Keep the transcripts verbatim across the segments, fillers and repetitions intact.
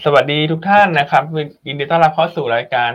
สวัสดีทุกท่านนะครับยินดีต้อนรับเข้าสู่รายการ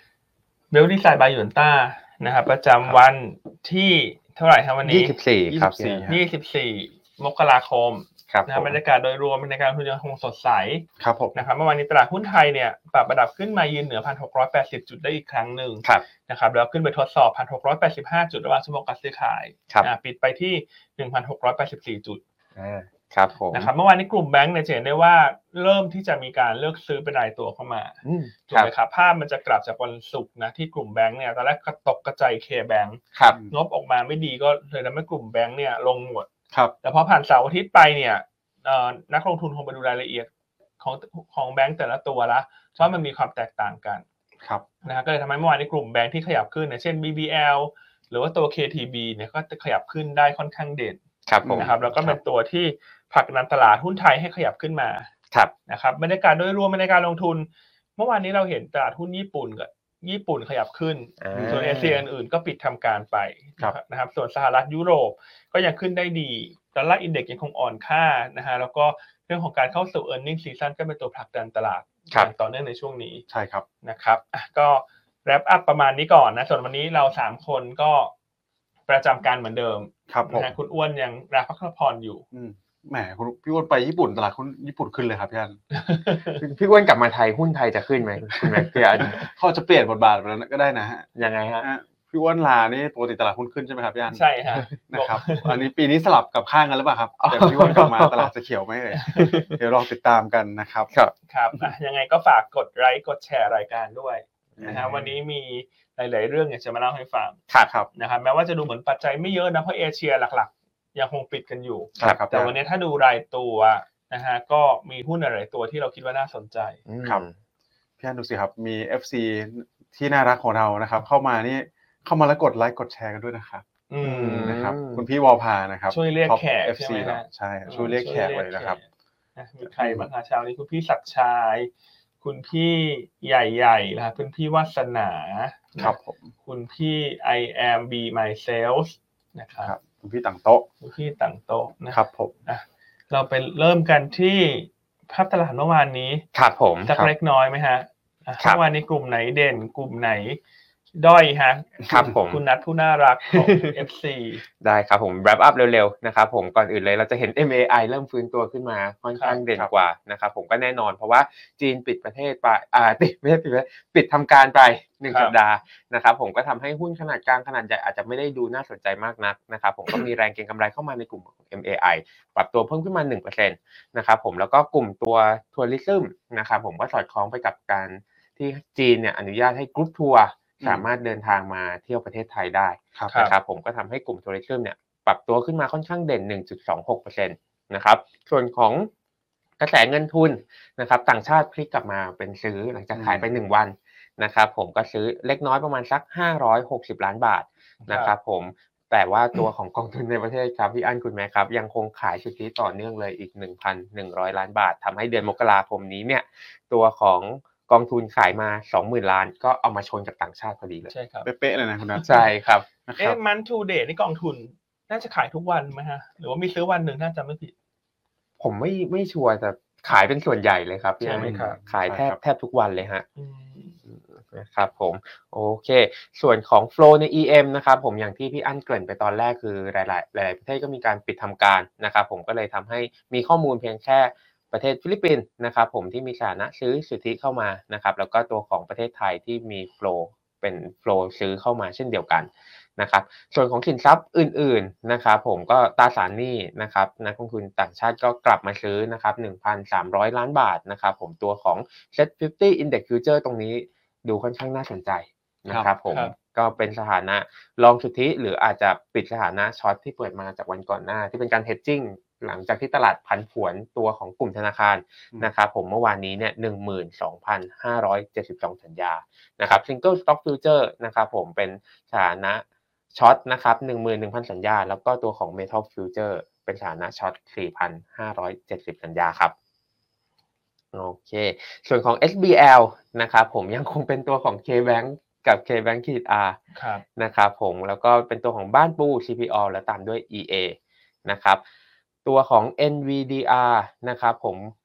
Wealth Design by หยวนต้านะครับประจำวันที่เท่าไหร่ครับวันนี้ยี่สิบสี่ครับยี่สิบสี่มกราคมครับนะบรรยากาศโดยรวมเป็นในการลงทุนยังคงสดใสครับผมนะครับเมื่อวานนี้ตลาดหุ้นไทยเนี่ยปรับระดับขึ้นมายืนเหนือ หนึ่งพันหกร้อยแปดสิบ จุดได้อีกครั้งหนึ่งนะครับแล้วขึ้นไปทดสอบ หนึ่งพันหกร้อยแปดสิบห้า จุดระหว่างชั่วโมงการซื้อขายปิดไปที่ หนึ่งพันหกร้อยแปดสิบสี่ จุดครับผมนะครับเมื่อวานนี้กลุ่มแบงก์เนี่ยจะเห็นได้ว่าเริ่มที่จะมีการเลือกซื้อเป็นรายตัวเข้ามาถูกไหมครับภาพมันจะกลับจากวันศุกร์นะที่กลุ่มแบงก์เนี่ยตอนแรกกระตกกระจายเคแบงก์งบออกมาไม่ดีก็เลยทำให้กลุ่มแบงก์เนี่ยลงหมดแต่พอผ่านเสาร์อาทิตย์ไปเนี่ยนักลงทุนคงไปดูรายละเอียดของของแบงก์แต่ละตัวละเพราะมันมีความแตกต่างกันนะก็เลยทำให้เมื่อวานนี้กลุ่มแบงก์ที่ขยับขึ้นเช่น บี บี แอล หรือว่าตัว เค ที บี เนี่ยก็จะขยับขึ้นได้ค่อนข้างเด่นนะครับแล้วก็เป็นตัวที่ผลักดันตลาดหุ้นไทยให้ขยับขึ้นมานะครับบรรยากาศโดยรวมในการลงทุนเมื่อวานนี้เราเห็นตลาดหุ้นญี่ปุ่นกับญี่ปุ่นขยับขึ้นส่วนเอเชียอื่นๆก็ปิดทำการไปนะครับส่วนสหรัฐยุโรปก็ยังขึ้นได้ดีดอลลาร์อินเด็กซ์ยังคงอ่อนค่านะฮะแล้วก็เรื่องของการเข้าสู่ earning season ก็เป็นตัวผลักดันตลาดอย่างต่อเนื่องในช่วงนี้ใช่ครับนะครับก็แรปอัพประมาณนี้ก่อนนะส่วนวันนี้เราสามคนก็ประจำการเหมือนเดิมนะคุณอ้วนยังรับพักผ่อนอยู่แหมคุณพี่อ้วนไปญี่ปุ่นตลาดหุ้นญี่ปุ่นขึ้นเลยครับพี่อันพี่อ้วนกลับมาไทยหุ้นไทยจะขึ้นไหมคุณแม็กพี่อันเขาจะเปลี่ยนบทบาทไปแล้วก็ได้นะฮะยังไงฮะพี่อ้วนลานี่ปกติตลาดหุ้นขึ้นใช่ไหมครับพี่อันใช่ฮะนะครับอันนี้ปีนี้สลับกับข้างกันหรือเปล่าครับแต่พี่อ้วนกลับมาตลาดจะเขียวไหมเอ่ยเดี๋ยวลองติดตามกันนะครับครับครับยังไงก็ฝากกดไลค์กดแชร์รายการด้วยนะฮะวันนี้มีหลายๆเรื่องอยากจะมาเล่าให้ฟังครับนะครับแม้ว่าจะดูเหมือนปัจจัยไม่เยอะนะเพราะเอเชียหลักๆยังคงปิดกันอยู่แต่วันนี้ถ้าดูรายตัวนะฮะก็มีหุ้นหลายตัวที่เราคิดว่าน่าสนใจครับพี่อันดูสิครับมี เอฟ ซี ที่น่ารักของเรานะครับเข้ามานี่เข้ามาแล้วกดไลค์กดแชร์กันด้วยนะครับนะครับคุณพี่วอลพานะครับช่วยเรียกแขกเอฟ ซี ใช่ช่วยเรียกแขกเลยนะครับมีใครบ้างคะเช้านี้คุณพี่ศักดิ์ชัยคุณพี่ใหญ่ๆนะครับคุณพี่วาสนาครับผมคุณพี่ I am be myself นะครับคุณพี่ต่างโต๊ะคุณพี่ต่างโต๊ะนะครับผมนะเราไปเริ่มกันที่ภาพตลาดเมื่อวานนี้ครับผมสักเล็กน้อยไหมฮะเมื่อวานนี้กลุ่มไหนเด่นกลุ่มไหนด้อยฮะครับผมคุณนัทผู้น่ารักของ เอฟ ซีได้ครับผม wrap up เร็วๆนะครับผมก่อนอื่นเลยเราจะเห็น เอ็ม เอ ไอ เริ่มฟื้นตัวขึ้นมาค่อนข้างเด่นกว่านะครับผมก็แน่นอนเพราะว่าจีนปิดประเทศไปอ่าปิดไม่ใช่ปิดปิดทำการไปหนึ่งสัปดาห์นะครับผมก็ทำให้หุ้นขนาดกลางขนาดใหญ่อาจจะไม่ได้ดูน่าสนใจมากนักนะครับผมก็มีแรงเก็งกำไรเข้ามาในกลุ่มของ เอ็ม เอ ไอ ปรับตัวเพิ่มขึ้นมา หนึ่งเปอร์เซ็นต์ นะครับผมแล้วก็กลุ่มตัวทัวริซึมนะครับผมก็สอดคล้องไปกับการที่จีนเนี่ยอนุญาตให้กรุ๊ปทัวร์สามารถเดินทางมาเที่ยวประเทศไทยได้นะครับผมก็ทำให้กลุ่มทัวริซึมเนี่ยปรับตัวขึ้นมาค่อนข้างเด่น หนึ่งจุดสองหกเปอร์เซ็นต์ นะครับส่วนของกระแสเงินทุนนะครับต่างชาติพลิกกลับมาเป็นซื้อหลังจากขายไปหนึ่งวันนะครับผมก็ซื้อเล็กน้อยประมาณสักห้าร้อยหกสิบล้านบาทนะครับผมแต่ว่าตัวของกองทุนในประเทศครับพี่อั้นคุณแม่ครับยังคงขายสุทธิต่อเนื่องเลยอีก หนึ่งพันหนึ่งร้อย ล้านบาททำให้เดือนมกราคมนี้เนี่ยตัวของกองทุนขายมา สองหมื่น ล้านก็เอามาชนกับต่างชาติพอดีเลยใช่ครับเป๊ะๆเลยนะคุณนัทใช่ครับเอ๊ะมันทูเดย์นี่กองทุนน่าจะขายทุกวันไหมฮะหรือว่ามีซื้อวันหนึ่งถ้าจำไม่ผิดผมไม่ไม่ชัวร์แต่ขายเป็นส่วนใหญ่เลยครับพี่อั้นขายแทบแทบทุกวันเลยฮะนะครับผมโอเคส่วนของ flow ใน อี เอ็ม นะครับผมอย่างที่พี่อั้นเกริ่นไปตอนแรกคือหลายๆหลายๆประเทศก็มีการปิดทำการนะครับผมก็เลยทำให้มีข้อมูลเพียงแค่ประเทศฟิลิปปินส์นะครับผมที่มีสถานะซื้อสุทธิเข้ามานะครับแล้วก็ตัวของประเทศไทยที่มี flow เป็น flow ซื้อเข้ามาเช่นเดียวกันนะครับส่วนของสินทรัพย์อื่นๆนะครับผมก็ตราสารหนี้นะครับนักลงทุนต่างชาติก็กลับมาซื้อนะครับ หนึ่งพันสามร้อย ล้านบาทนะครับผมตัวของ เซ็ต ห้าสิบ Index Future ตรงนี้ดูค่อนข้างน่าสนใจนะครับผมก็เป็นสถานะลองสุทธิหรืออาจจะปิดสถานะช็อตที่เปิดมาจากวันก่อนหน้าที่เป็นการ hedging หลังจากที่ตลาดผันผวนตัวของกลุ่มธนาคารนะครับผมเมื่อวานนี้เนี่ย หนึ่งหมื่นสองพันห้าร้อยเจ็ดสิบสอง สัญญานะครับ Single Stock Future นะครับผมเป็นสถานะช็อตนะครับ หนึ่งหมื่นหนึ่งพัน สัญญาแล้วก็ตัวของ Metal Future เป็นสถานะช็อต สี่พันห้าร้อยเจ็ดสิบ สัญญาครับโอเคส่วนของ เอส บี แอล นะครับผมยังคงเป็นตัวของ K-Bank กับ K-Bank-R นะครับผมแล้วก็เป็นตัวของบ้านปู ซี พี โอ และตามด้วย อี เอ นะครับตัวของ เอ็น วี ดี อาร์ นะครับผม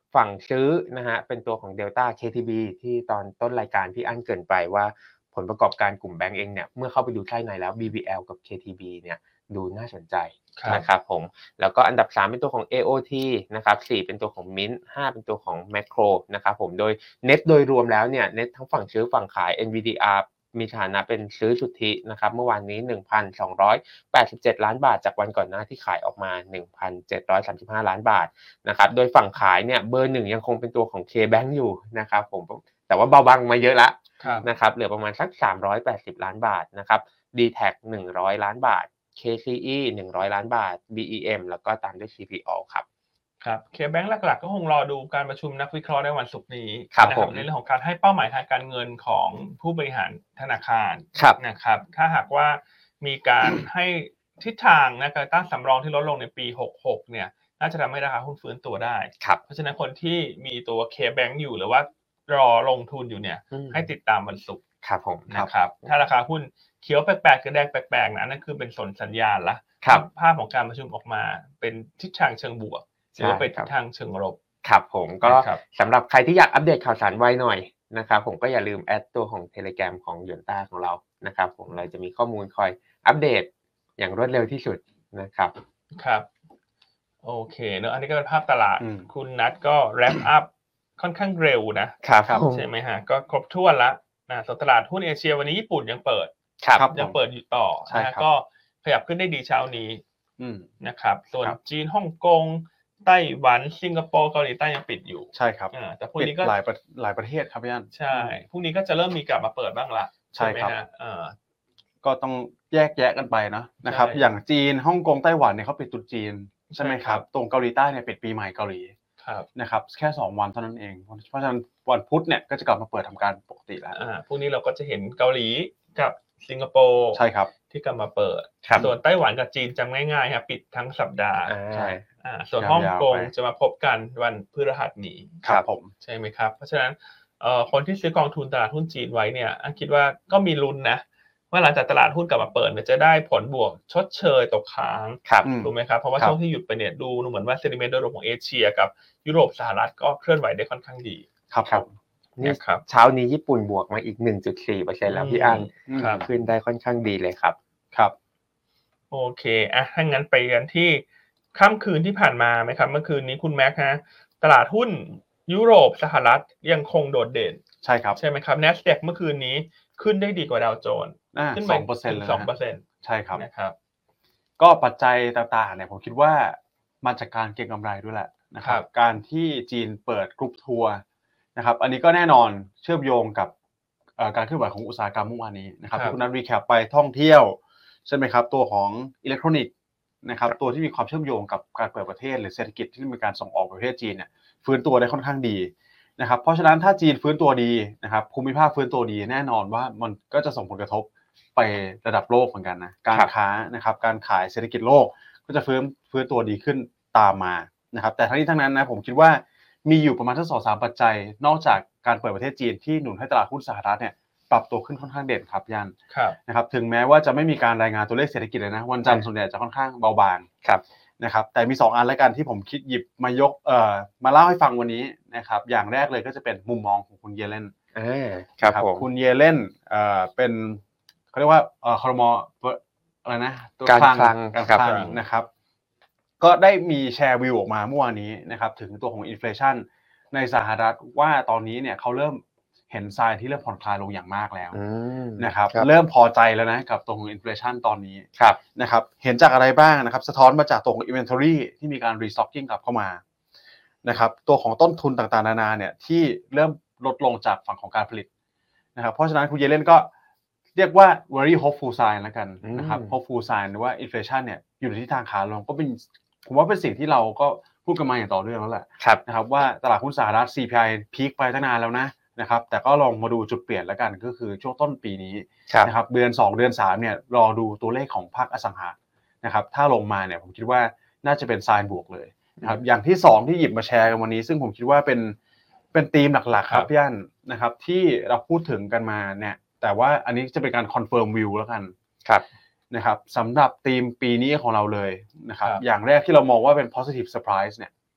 ฝั่งซื้อนะฮะเป็นตัวของ Delta เค ที บี ที่ตอนต้นรายการที่อั้นเกริ่นไปว่าผลประกอบการกลุ่มแบงก์เองเนี่ยเมื่อเข้าไปดูไส้ในแล้ว บี บี แอล กับ เค ที บี เนี่ยดูน่าสนใจนะครับผมแล้วก็อันดับสามเป็นตัวของ เอ โอ ที นะครับสี่เป็นตัวของ Mint ห้าเป็นตัวของ Macro นะครับผมโดย Net โดยรวมแล้วเนี่ย Net ทั้งฝั่งซื้อฝั่งขาย เอ็น วี ดี อาร์ มีฐานะเป็นซื้อสุทธินะครับเมื่อวานนี้ หนึ่งพันสองร้อยแปดสิบเจ็ด ล้านบาทจากวันก่อนหน้าที่ขายออกมา หนึ่งพันเจ็ดร้อยสามสิบห้า ล้านบาทนะครับโดยฝั่งขายเนี่ยเบอร์หนึ่งยังคงเป็นตัวของ K-Bank อยู่นะครับผมแต่ว่าเบาบางมาเยอะละนะครับเหลือประมาณสักสามร้อยแปดสิบล้านบาทนะครับ ดี แท็ก หนึ่งร้อยล้านบาท เค ซี อี หนึ่งร้อยล้านบาท บี อี เอ็ม แล้วก็ตามด้วย ซี พี All ครับครับ K-Bank หลักๆก็คงรอดูการประชุมนักวิเคราะห์ในวันศุกร์นี้นะครับในเรื่องของการให้เป้าหมายทางการเงินของผู้บริหารธนาคารนะครับถ้าหากว่ามีการให้ทิศทางนะการตั้งสำรองที่ลดลงในปีหกสิบหกเนี่ยน่าจะทำให้ราคาหุ้นฟื้นตัวได้เพราะฉะนั้นคนที่มีตัว K-Bank อยู่หรือว่ารอลงทุนอยู่เนี่ยให้ติดตามวันศุกร์ครับผมนะครับถ้าราคาหุ้นเขียวแปลกๆกับแดงแปลกๆนะนั่นคือเป็นสนสัญญาณละภาพของการประชุมออกมาเป็นทิศทางเชิงบวกหรือว่าเป็นทิศทางเชิงลบครับผมก็สำหรับใครที่อยากอัปเดตข่าวสารไวหน่อยนะครับผมก็อย่าลืมแอดตัวของ Telegram ของหยวนต้าของเรานะครับผมเราจะมีข้อมูลคอยอัปเดตอย่างรวดเร็วที่สุดนะครับครับโอเคเนอะอันนี้ก็เป็นภาพตลาดคุณนัทก็แรปอัพค่อนข้างเร็วนะครับใช่ไหมฮะก็ครบถ้วนละนะส่วนตลาดหุ้นเอเชียวันนี้ญี่ปุ่นยังเปิดยังเปิดอยู่ต่อนะก็ขยับขึ้นได้ดีเช้านี้นะครับส่วนจีนฮ่องกงไต้หวันสิงคโปร์เกาหลีใต้ยังปิดอยู่ใช่ครับแต่พรุ่งนี้ก็หลายหลายประเทศครับพี่อั้นใช่พรุ่งนี้ก็จะเริ่มมีกลับมาเปิดบ้างละใช่ไหมฮะก็ต้องแยกแยะกันไปนะนะครับอย่างจีนฮ่องกงไต้หวันเนี่ยเขาปิดตรุษจีนใช่ไหมครับตรงเกาหลีใต้เนี่ยปิดปีใหม่เกาหลีนะครับแค่สองวันเท่านั้นเองเพราะฉะนั้นวันพุธเนี่ยก็จะกลับมาเปิดทำการปกติแล้วพรุ่งนี้เราก็จะเห็นเกาหลีกับสิงคโปร์ใช่ครับที่กลับมาเปิดส่วนไต้หวันกับจีนจำง่ายๆครับปิดทั้งสัปดาห์ใช่ส่วนฮ่องกงจะมาพบกันวันพฤหัสนี้ครับผมใช่ไหมครับเพราะฉะนั้นคนที่ซื้อกองทุนตลาดหุ้นจีนไว้เนี่ยอันคิดว่าก็มีลุ้นนะว่าหลังจากตลาดหุ้นกลับมาเปิดเนี่ยจะได้ผลบวกชดเชยตกค้างถูกไหมครับเพราะว่าช่วงที่หยุดไปเนี่ยดูเหมือนว่าเซนิเมนต์โดยรวมของเอเชียกับยุโรปสหรัฐก็เคลื่อนไหวได้ค่อนข้างดีครับครับนี่เช้านี้ญี่ปุ่นบวกมาอีก หนึ่งจุดสี่เปอร์เซ็นต์ แล้วพี่อั้นขึ้นได้ค่อนข้างดีเลยครับครับโอเคอ่ะถ้างั้นไปกันที่ค่ำคืนที่ผ่านมาไหมครับเมื่อคืนนี้คุณแม็กฮะตลาดหุ้นยุโรปสหรัฐยังคงโดดเด่นใช่ครับใช่ไหมครับ NASDAQ เมื่อคืนนี้ขึ้นได้ดีกว่าดาวโจนส์ขึ้นไป สองเปอร์เซ็นต์ เลยสองเปอร์เซ็นต์ใช่ครับนะครับก็ปัจจัยต่างๆเนี่ยผมคิดว่ามาจากการเก็งกำไรด้วยแหละนะครับการที่จีนเปิดกรุ๊ปทัวร์นะครับอันนี้ก็แน่นอนเชื่อมโยงกับการเคลื่อนไหวของอุตสาหกรรมเมื่อวานนี้นะครับที่คุณนัทรีแคปไปท่องเที่ยวใช่ไหมครับตัวของอิเล็กทรอนิกส์นะครับตัวที่มีความเชื่อมโยงกับการเปิดประเทศหรือเศรษฐกิจที่มีการส่งออกประเทศจีนเนี่ยฟื้นตัวได้ค่อนข้างดีนะครับเพราะฉะนั้นถ้าจีนฟื้นตัวดีนะครับภูมิภาคฟื้นตัวดีแน่นอนว่ามันก็จะส่งผลกระทบไประดับโลกเหมือนกันนะการค้านะครับการขายเศรษฐกิจโลกก็จะฟื้นฟื้นตัวดีขึ้นตามมานะครับแต่ทั้งนี้ทั้งนั้นนะผมคิดว่ามีอยู่ประมาณทั้ง สองถึงสาม ปัจจัยนอกจากการเปิดประเทศจีนที่หนุนให้ตลาดหุ้นสหรัฐเนี่ยปรับตัวขึ้นค่อนข้างเด่นครับยันนะครับถึงแม้ว่าจะไม่มีการรายงานตัวเลขเศรษฐกิจเลยนะวันจันทร์ส่วนใหญ่จะค่อนข้างเบาบางนะครับแต่มีสองอันแล้วกันที่ผมคิดหยิบมายกเอ่อมาเล่าให้ฟังวันนี้นะครับอย่างแรกเลยก็จะเป็นมุมมองของคุณเยเลนครับผมคุณเยเลนเอ่อเป็นเขาเรียกว่าเอ่อครม.อะไรนะตัวการคลังการคลังนะครับก็ได้มีแชร์วิวออกมาเมื่อวานนี้นะครับถึงตัวของอินเฟลชันในสหรัฐว่าตอนนี้เนี่ยเขาเริ่มเห็นไซน์ที่เริ่มผ่อนคลายลงอย่างมากแล้วนะครับเริ่มพอใจแล้วนะกับตัวของอินเฟลชันตอนนี้นะครับเห็นจากอะไรบ้างนะครับสะท้อนมาจากตัวของ inventory ที่มีการ restocking กลับเข้ามานะครับตัวของต้นทุนต่างๆนานาเนี่ยที่เริ่มลดลงจากฝั่งของการผลิตนะครับเพราะฉะนั้นคุณเยเลนก็เรียกว่า very hopeful sign แล้วกันนะครับ hopeful sign ว่า inflation เนี่ยอยู่ในทิศทางขาลงก็เป็นผมว่าเป็นสิ่งที่เราก็พูดกันมาอย่างต่อเนื่องแล้วแหละนะครับว่าตลาดหุ้นสหรัฐ ซี พี ไอ พีคไปตั้งนานแล้วนะนะครับแต่ก็ลองมาดูจุดเปลี่ยนแล้วกันก็คือช่วงต้นปีนี้นะครับเดือนสองเดือนสามเนี่ยรอดูตัวเลขของภาคอสังหานะครับถ้าลงมาเนี่ยผมคิดว่าน่าจะเป็นไซน์บวกเลยนะครับอย่างที่สองที่หยิบมาแชร์กันวันนี้ซึ่งผมคิดว่าเป็นเป็นธีมหลักๆครับพี่อั้นนะครับที่เราพูดถึงกันมาเนี่ยแต่ว่าอันนี้จะเป็นการคอนเฟิร์มวิวแล้วกันนะครับสำหรับธีมปีนี้ของเราเลยนะครับอย่างแรกที่เรามองว่าเป็น positive surprise เนี่ย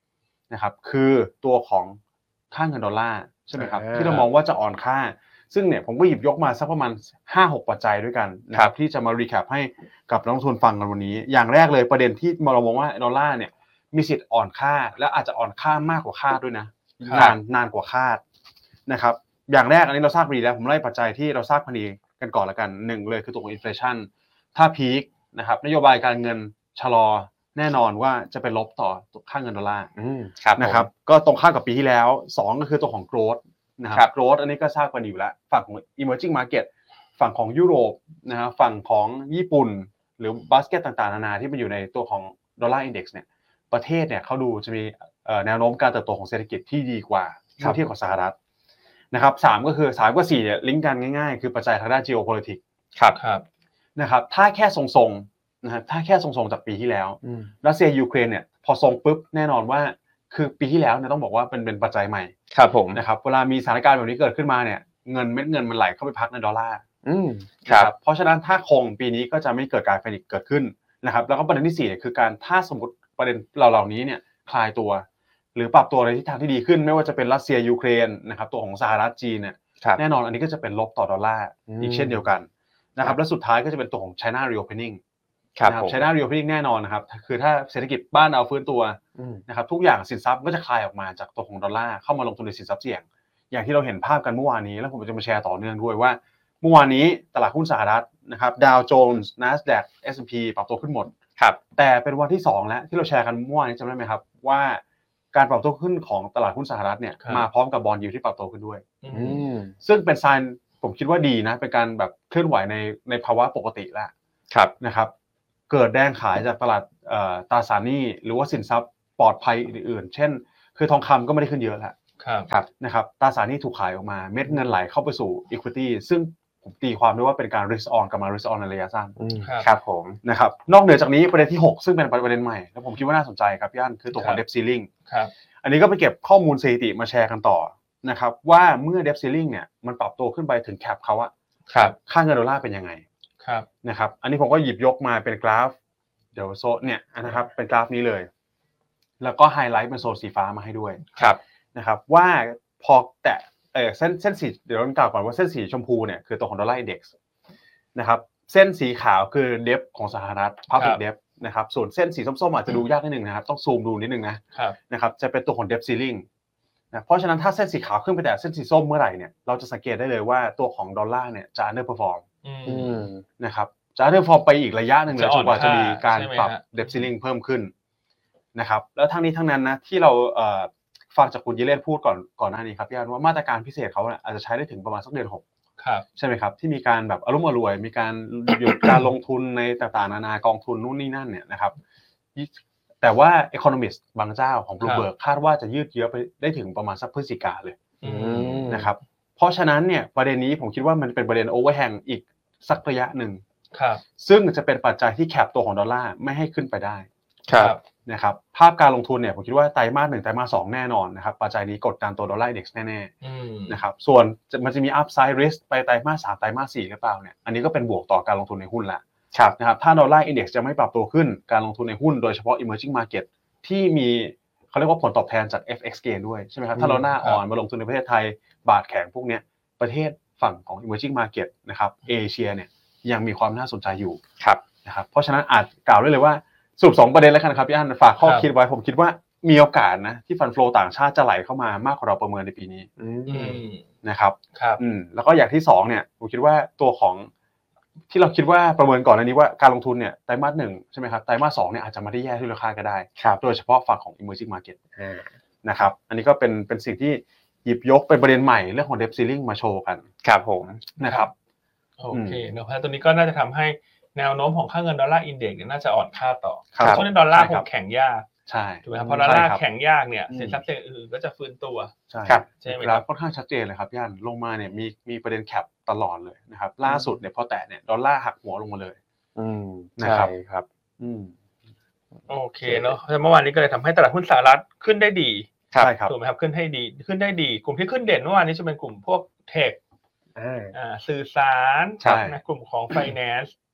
นะครับคือตัวของค่าเงินดอลลาร์ใช่ไหมครับที่เรามองว่าจะอ่อนค่าซึ่งเนี่ยผมก็หยิบยกมาสักประมาณ ห้าหก ปัจจัยด้วยกันนะครับที่จะมารีแคปให้กับนักลงทุนฟังกันวันนี้อย่างแรกเลยประเด็นที่เรามองว่าดอลลาร์เนี่ยมีสิทธิ์อ่อนค่าและอาจจะอ่อนค่ามากกว่าคาดด้วยนะนานนานกว่าคาดนะครับอย่างแรกอันนี้เราทราบดีแล้วผมไล่ปัจจัยที่เราทราบพอดีกันก่อนละกันหนึ่งเลยคือตัวของอินเฟลชันถ้าพีคนะครับนโยบายการเงินชะลอแน่นอนว่าจะเป็นลบต่อค่าเงินดอลลาร์นะครับก็ตรงข้ามกับปีที่แล้วสองก็คือตัวของ growth นะครับ growth อันนี้ก็ทราบกันอยู่แล้วฝั่งของ emerging market ฝั่งของยุโรปนะฮะฝั่งของญี่ปุ่นหรือบาสเกตต่างๆนานาที่มันอยู่ในตัวของดอลลาร์อินเด็กซ์เนี่ยประเทศเนี่ยเขาดูจะมีแนวโน้มการเติบโตของเศรษฐกิจที่ดีกว่าเทียบกับสหรัฐนะครับสามก็คือสามกับสี่เนี่ยลิงก์กันง่ายๆคือปัจจัยทางด้าน geopolitics ครับครับนะครับถ้าแค่ทรงๆนะฮะถ้าแค่ทรงๆจากปีที่แล้วรัสเซียยูเครนเนี่ยพอทรงปุ๊บแน่นอนว่าคือปีที่แล้วเนี่ยต้องบอกว่าเป็นเป็นปัจจัยใหม่ครับผมนะครับเวลามีสถานการณ์แบบนี้เกิดขึ้นมาเนี่ยเงินเม็ดเงินมันไหลเข้าไปพักในดอลลาร์อืมครับเพราะฉะนั้นถ้าคงปีนี้ก็จะไม่เกิดการแพนิคเกิดขึ้นนะครับแล้วก็ประเด็นที่สี่เนี่ยคือการถ้าสมมติประเด็นเหล่านี้เนี่ยคลายตัวหรือปรับตัวในทิศทางที่ดีขึ้นไม่ว่าจะเป็นรัสเซียยูเครนนะครับตัวของสหรัฐจีนเนี่ยแน่นอนอันนี้ก็จะเป็นลบต่อดอลลาร์อีกเช่นเดียวกันนะครับและสุดท้ายก็จะเป็นตัวของ China reopening นะครับ China reopening แน่นอนนะครับคือถ้าเศรษฐกิจบ้านเราฟื้นตัวนะครับทุกอย่างสินทรัพย์ก็จะคลายออกมาจากตัวของดอลลาร์เข้ามาลงทุนในสินทรัพย์เสี่ยงอย่างที่เราเห็นภาพกันเมื่อวานนี้แล้วผมจะมาแชร์ต่อเนื่องด้วยว่าเมื่อวานนี้ตลาดหุ้นสหรัฐนะครับดาวโจนส์ NASDAQ เอส แอนด์ พี ปรับตัวขึ้นหมดครับแต่เป็นวันที่สองแล้วที่เราแชร์กันเมื่อวานนี้จำได้ไหมครับว่าการปรับตัวขึ้นของตลาดหุ้นสหรัฐเนี่ยมาพร้อมกับบอนด์ยิลด์ที่ปรับตัวขึ้นด้วยซึ่งเป็นไซน์ผมคิดว่าดีนะเป็นการแบบเคลื่อนไหวในในภาวะปกติแล้วนะครับเกิดแรงขายจากตลาดตราสารหนี้หรือว่าสินทรัพย์ปลอดภัยอื่นๆเช่นคือทองคำก็ไม่ได้ขึ้นเยอะแล้วครับนะครับตราสารหนี้ถูกขายออกมาเม็ดเงินไหลเข้าไปสู่ equity ซึ่งผมตีความด้วยว่าเป็นการ risk on กับมา risk on ในระยะสั้นครับผมนะครับนอกเหนือจากนี้ประเด็นที่หกซึ่งเป็นประเด็นใหม่แล้วผมคิดว่าน่าสนใจครับพี่อั้นคือตัวของ debt ceiling ครับอันนี้ก็ไปเก็บข้อมูลสถิติมาแชร์กันต่อนะครับว่าเมื่อ debt ceiling เนี่ยมันปรับตัวขึ้นไปถึงแคปเขาอะค่าเงินดอลลาร์เป็นยังไงนะครับอันนี้ผมก็หยิบยกมาเป็นกราฟเดี๋ยวโซเนี่ยนะครับเป็นกราฟนี้เลยแล้วก็ไฮไลท์เป็นโซนสีฟ้ามาให้ด้วยนะครับว่าพอแตะเออเส้นเส้นสีเดี๋ยวเรากล่าวก่อนว่าเส้นสีชมพูเนี่ยคือตัวของดอลลาร์อินเด็กซ์นะครับเส้นสีขาวคือเดฟของสหรัฐ Public Debt นะครับส่วนเส้นสีส้มๆอาจจะดูยากนิดนึงนะครับต้องซูมดูนิดนึงนะนะครับจะเป็นตัวของ Debt Ceiling นะเพราะฉะนั้นถ้าเส้นสีขาวขึ้นไปแต่เส้นสีส้มเมื่อไหร่เนี่ยเราจะสังเกตได้เลยว่าตัวของดอลลาร์เนี่ยจะ underperform นะครับจะ underperform ไปอีกระยะนึงเลยจนกว่าจะมีการปรับ Debt Ceiling เพิ่มขึ้นนะครับแล้วทั้งนี้ทั้งนั้นนะที่เราเอ่อฟังจากคุณเยเลนพูดก่อนก่อนหน้านี้ครับพี่อันว่ามาตรการพิเศษเขาอาจจะใช้ได้ถึงประมาณสักเดือนหกใช่ไหมครับที่มีการแบบอารมณ์อรวยมีการหยุดการลงทุนในต่างๆนานากองทุนนู่นนี่นั่นเนี่ยนะครับแต่ว่า economist บางเจ้าของ Bloomberg คาดว่าจะยืดเยื้อไปได้ถึงประมาณสักพฤศจิกาเลยนะครับเพราะฉะนั้นเนี่ยประเด็นนี้ผมคิดว่ามันเป็นประเด็น overhang อีกสักระยะหนึ่งซึ่งจะเป็นปัจจัยที่แคปตัวของดอลลาร์ไม่ให้ขึ้นไปได้นะครับภาพการลงทุนเนี่ยผมคิดว่าไตรมาสหนึ่งไตรมาสสองแน่นอนนะครับปัจจัยนี้กดดันตัวดอลลาร์อินเด็กซ์แน่ๆนะครับส่วนมันจะมี upside risk ไปไตรมาสสามไตรมาสสี่หรือเปล่าเนี่ยอันนี้ก็เป็นบวกต่อการลงทุนในหุ้นละนะครับถ้าดอลลาร์อินเด็กซ์จะไม่ปรับตัวขึ้นการลงทุนในหุ้นโดยเฉพาะ emerging market ที่มีเขาเรียกว่าผลตอบแทนจาก เอฟ เอ็กซ์ gain ด้วยใช่ไหมครับถ้าเราหน้าอ่อนมาลงทุนในประเทศไทยบาทแข็งพวกเนี้ยประเทศฝั่งของ emerging market นะครับเอเชียเนี่ยยังมีความน่าสนใจอยู่นะครับเพราะฉะนั้นอาจกล่าวได้เลยว่าสรุปสองประเด็นแล้วกันครับพี่อั้นฝากข้อคิดไว้ผมคิดว่ามีโอกาสนะที่ฟันโฟลต่างชาติจะไหลเข้ามามากกว่าเราประเมินในปีนี้นะครับอืมแล้วก็อย่างที่สองเนี่ยผมคิดว่าตัวของที่เราคิดว่าประเมินก่อนอันนี้ว่าการลงทุนเนี่ยไตรมาสหนึ่งใช่ไหมครับไตรมาสสองเนี่ยอาจจะไม่ได้แย่ที่เราคาดก็ได้โดยเฉพาะฝั่งของ emerging market นะครับอันนี้ก็เป็นเป็นสิ่งที่หยิบยกเป็นประเด็นใหม่เรื่องของ debt ceiling มาโชว์กันครับผมนะครับโอเคเนอะเพราะตัวนี้ก็น่าจะทำให้แนวโน้มของค่าเงินดอลลาร์อินเด็กซ์เนี่ยน่าจะอ่อนค่าต่อเพราะฉะนั้นดอลลาร์คงแข็งยากใช่ถูกไหมครับเพราะดอลลาร์แข็งยากเนี่ยสินทรัพย์อื่นก็จะฟื้นตัวใช่ใช่ไหมครับค่อนข้างชัดเจนเลยครับย่านลงมาเนี่ยมีมีประเด็นแคปตลอดเลยนะครับล่าสุดเนี่ยพอแตะเนี่ยดอลลาร์หักหัวลงมาเลยอืมนะครับครับอืมโอเคเนาะเมื่อวานนี้ก็เลยทำให้ตลาดหุ้นสหรัฐขึ้นได้ดีใช่ครับถูกไหมครับขึ้นให้ดีขึ้นได้ดีกลุ่มที่ขึ้นเด่นเมื่อวานนี้จะเป็นกลุ่มพวกเทคอ่าสื่อสารนะกลุ่มของ finance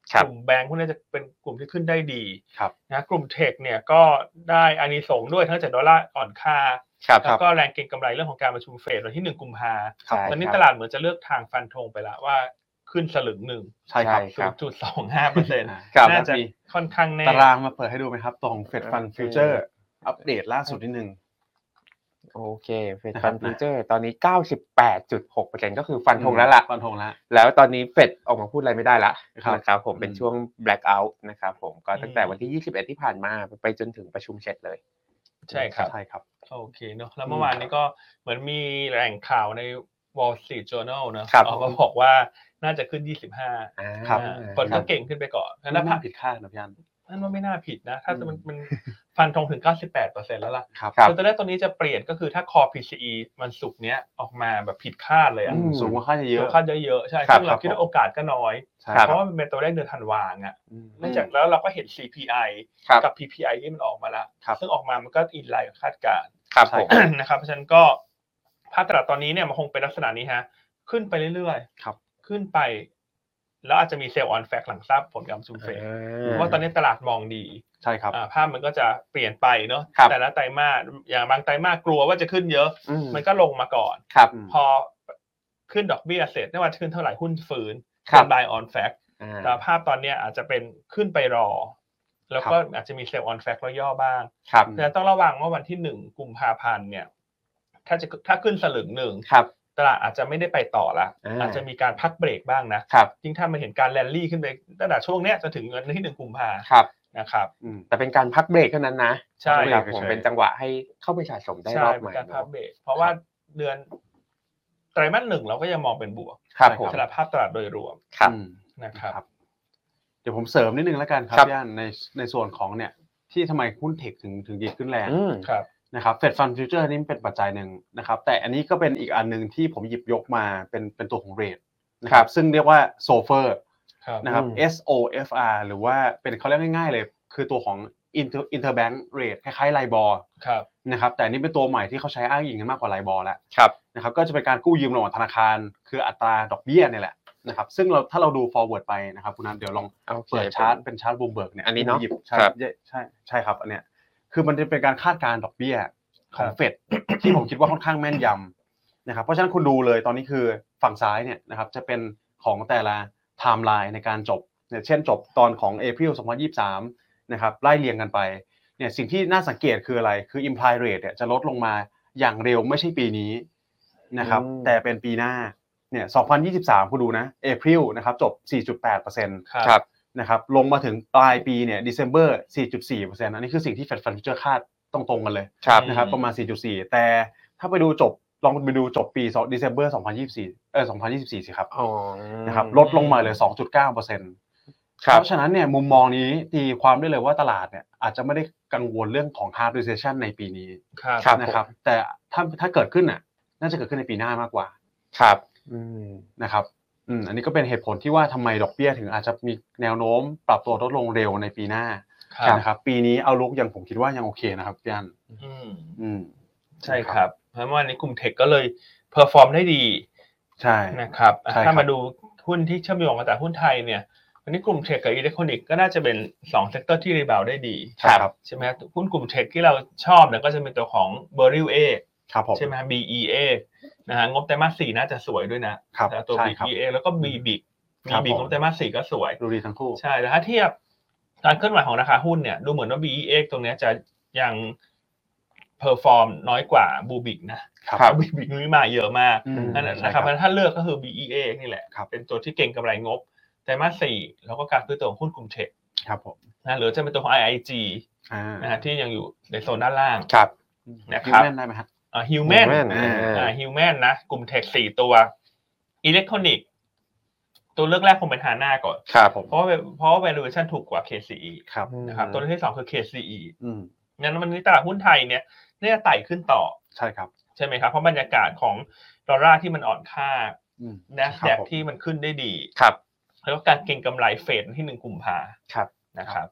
กลุ่มแบงก์พวกนี้จะเป็นกลุ่มที่ขึ้นได้ดีครับนะกลุ่มเทคเนี่ยก็ได้อานิสงส์ด้วยทั้งจากดอลลาร์อ่อนค่าแล้วก็แรงเก็งกำไรเรื่องของการประชุมเฟดวันที่หนึ่งกุมภาพันธ์ตอนนี้ตลาดเหมือนจะเลือกทางฟันธงไปแล้วว่าขึ้นสลึงหนึ่งใช่ครับศูนย์จุดสองห้าเปอร์เซ็นต์ น่าจะค่อนข้างแน่ตารางมาเปิดให้ดูไหมครับตรงเฟดฟันฟิวเจอร์อัปเดตล่าสุดนิดนึงโอเคเฟดฟันฟิวเจอร์ตอนนี้ เก้าสิบแปดจุดหกเปอร์เซ็นต์ ก็คือฟันธงแล้วล่ะฟันธงแล้วแล้วตอนนี้เฟดออกมาพูดอะไรไม่ได้ละนะครับผมเป็นช่วง black out นะครับผมก็ตั้งแต่วันที่ยี่สิบเอ็ดที่ผ่านมาไปจนถึงประชุมเสร็จเลยใช่ครับใช่ครับโอเคเนาะแล้วเมื่อวานนี้ก็เหมือนมีแหล่งข่าวใน Wall Street Journal เนอะออกมาบอกว่าน่าจะขึ้นยี่สิบห้าครับคนก็เก่งขึ้นไปก่อนแล้วภาพผิดคาดนะพี่อันนั่นว่าไม่น่าผิดนะถ้ามันมันฟันธงถึง เก้าสิบแปดเปอร์เซ็นต์ แล้วล่ะครับคือตอนแรกตัวนี้จะเปลี่ยนก็คือถ้า Core พี ซี อี มันสุกเนี้ยออกมาแบบผิดคาดเลยอ่ะสูงกว่าคาดเยอะสูงคาดเยอะๆใช่ซึ่งเราคิดว่าโอกาสก็น้อยเพราะว่ามันเป็นตัวเลขเดือนธันวาคมอ่ะเนื่องจากแล้วเราก็เห็น ซี พี ไอ กับ พี พี ไอ ที่มันออกมาแล้วซึ่งออกมามันก็อินไลน์กับคาดการณ์นะครับเพราะฉะนั้นก็ภาพตลาดตอนนี้เนี่ยมันคงเป็นลักษณะนี้ฮะขึ้นไปเรื่อยๆขึ้นไปแล้วอาจจะมีเซลล์ออนแฟกหลังทราบผลการประชุมเฟดเพราะว่าตอนนี้ตลาดมองดีใช่ครับภาพมันก็จะเปลี่ยนไปเนาะแต่ละไตรมาสอย่างบางไตรมาสกลัวว่าจะขึ้นเยอะมันก็ลงมาก่อนพอขึ้นดอกเบี้ยเสร็จไม่ว่าจะขึ้นเท่าไหร่หุ้นฟื้นเป็น buy on fact แต่ภาพตอนนี้อาจจะเป็นขึ้นไปรอแล้วก็อาจจะมีเซลล์ออนแฟกแล้วย่อบ้างแต่ต้องระวังว่าวันที่หนึ่งกุมภาพันธ์เนี่ยถ้าจะถ้าขึ้นสลึงหนึ่งตลาดอาจจะไม่ได้ไปต่อละอาจจะมีการพักเบรกบ้างนะยิ่งถ้ามันเห็นการแรลลี่ขึ้นไปตั้งแต่ช่วงเนี้ยจนถึงเงินที่หนึ่งกุมภาพันธ์นะครับแต่เป็นการพักเบรกเท่านั้นนะใช่ครับผมเป็นจังหวะให้เข้าไปสะสมได้รอบใหม่การพักเบรกเพราะว่าเดือนไตรมาสหนึ่งเราก็ยังมองเป็นบวกสำหรับภาพตลาดโดยรวมนะครับเดี๋ยวผมเสริมนิดนึงแล้วกันครับย่านในในส่วนของเนี่ยที่ทำไมหุ้นเทคถึงถึงดีขึ้นแรงนะครับเฟดฟันฟิวเจอร์นี่เป็นปัจจัยหนึ่งนะครับแต่อันนี้ก็เป็นอีกอันนึงที่ผมหยิบยกมาเป็นเป็นตัวของเรทนะครับซึ่งเรียกว่าโซเฟอร์นะครับ เอส โอ เอฟ อาร์ หรือว่าเป็นเขาเรียกง่ายๆเลยคือตัวของ Inter Interbank Rate คล้ายๆไลบอร์นะครับแต่นี่เป็นตัวใหม่ที่เขาใช้อ้างอิงกันมากกว่าไลบอร์แล้วนะครับก็จะเป็นการกู้ยืมระหว่างธนาคารคืออัตราดอกเบี้ยนี่แหละนะครับซึ่งเราถ้าเราดู forward ไปนะครับคุณนันเดี๋ยวลองเปิดชาร์ตเป็นชาร์ตบูมเบิร์กเนี่ยอันนี้เนาะใช่ใช่ใช่ครับอันเนี้ยคือมันจะเป็นการคาดการณ์ดอกเบี้ยของเฟดที่ผมคิดว่าค่อนข้างแม่นยำนะครับเพราะฉะนั้นคุณดูเลยตอนนี้คือฝั่งซ้ายเนี่ยนะครับจะเป็นของแต่ละไทม์ไลน์ในการจบเนี่ยเช่นจบตอนของ April สองพันยี่สิบสามนะครับไล่เรียงกันไปเนี่ยสิ่งที่น่าสังเกตคืออะไรคือ implied rate เนี่ยจะลดลงมาอย่างเร็วไม่ใช่ปีนี้นะครับแต่เป็นปีหน้าเนี่ยสองพันยี่สิบสามคุณดูนะ April นะครับจบ สี่จุดแปดเปอร์เซ็นต์ครับนะครับลงมาถึงปลายปีเนี่ย December สี่จุดสี่เปอร์เซ็นต์ อันนี้คือสิ่งที่ Fed Fund Future คาดตรงๆกันเลยนะครับประมาณ สี่จุดสี่ แต่ถ้าไปดูจบลองไปดูจบปี December สองพันยี่สิบสี่เออสองพันยี่สิบสี่สิครับนะครับลดลงมาเหลือ สองจุดเก้าเปอร์เซ็นต์ เพราะฉะนั้นเนี่ยมุมมองนี้ตีความได้เลยว่าตลาดเนี่ยอาจจะไม่ได้กังวลเรื่องของ hard recession ในปีนี้นะครับแต่ถ้าถ้าเกิดขึ้นน่ะน่าจะเกิดขึ้นในปีหน้ามากกว่าครับนะครับอืมอันนี้ก็เป็นเหตุผลที่ว่าทำไมดอกเบี้ยถึงอาจจะมีแนวโน้มปรับตัวลดลงเร็วในปีหน้านะครับปีนี้เอาลุกยังผมคิดว่ายังโอเคนะครับพี่อันอืมอืมใช่ครับเพราะว่าในกลุ่มเทคก็เลยเพอร์ฟอร์มได้ดีใช่นะครับถ้ามาดูหุ้นที่เชื่อมโยงกับแต่หุ้นไทยเนี่ยวันนี้กลุ่มเทคกับอิเล็กทรอนิกส์ก็น่าจะเป็นสองเซกเตอร์ที่รีบาวได้ดีใช่ไหมหุ้นกลุ่มเทคที่เราชอบเนี่ยก็จะเป็นตัวของ Beryl A ใช่ไหม บี อี เอ นะฮะงบไตรมาสสี่น่าจะสวยด้วยนะตัว บี อี เอ แล้วก็ บี บี บี บี งบไตรมาสสี่ก็สวยดูดีทั้งคู่ใช่แต่ถ้าเทียบการเคลื่อนไหวของราคาหุ้นเนี่ยดูเหมือนว่า บี อี เอ ตรงนี้จะยังเพอร์ฟอร์มน้อยกว่าบูบิกนะครับบูบิกนี่มาเยอะมากนั่นแหละนะครับเพราะถ้าเลือกก็คือ บี อี เอ นี่แหละเป็นตัวที่เก่งกำไรงบไตรมาสสี่แล้วก็การซื้อตัวของหุ้นกลุ่มเทคครับผมนะหรือจะเป็นตัวของ ไอ ไอ จี นะฮะที่ยังอยู่ในโซนด้านล่างครับนะครับได้ไหมครับอ่าฮิวแมนอ่าฮิวแมนนะกลุ่มเทคสี่ตัวอิเล็กทรอนิกส์ตัวเลือกแรกคงเป็นฮาน่าก่อนครับผมเพราะว่าเพราะว่า valuation ถูกกว่า เค ซี อีครับนะครับตัวที่สองคือ เค ซี อีอืมงั้นวันนี้ตลาดหุ้นไทยเนี่ยน่าจะไต่ขึ้นต่อใช่ครับใช่ไหมครับเพราะบรรยากาศของดอลลาร์ที่มันอ่อนค่า NASDAQ ที่มันขึ้นได้ดีครับแล้วก็การเก็งกำไรเฟดที่หนึ่งกุมภาพันธ์นะครับ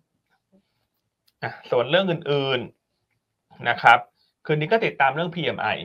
ส่วนเรื่องอื่นๆนะครับคืนนี้ก็ติดตามเรื่อง พี เอ็ม ไอ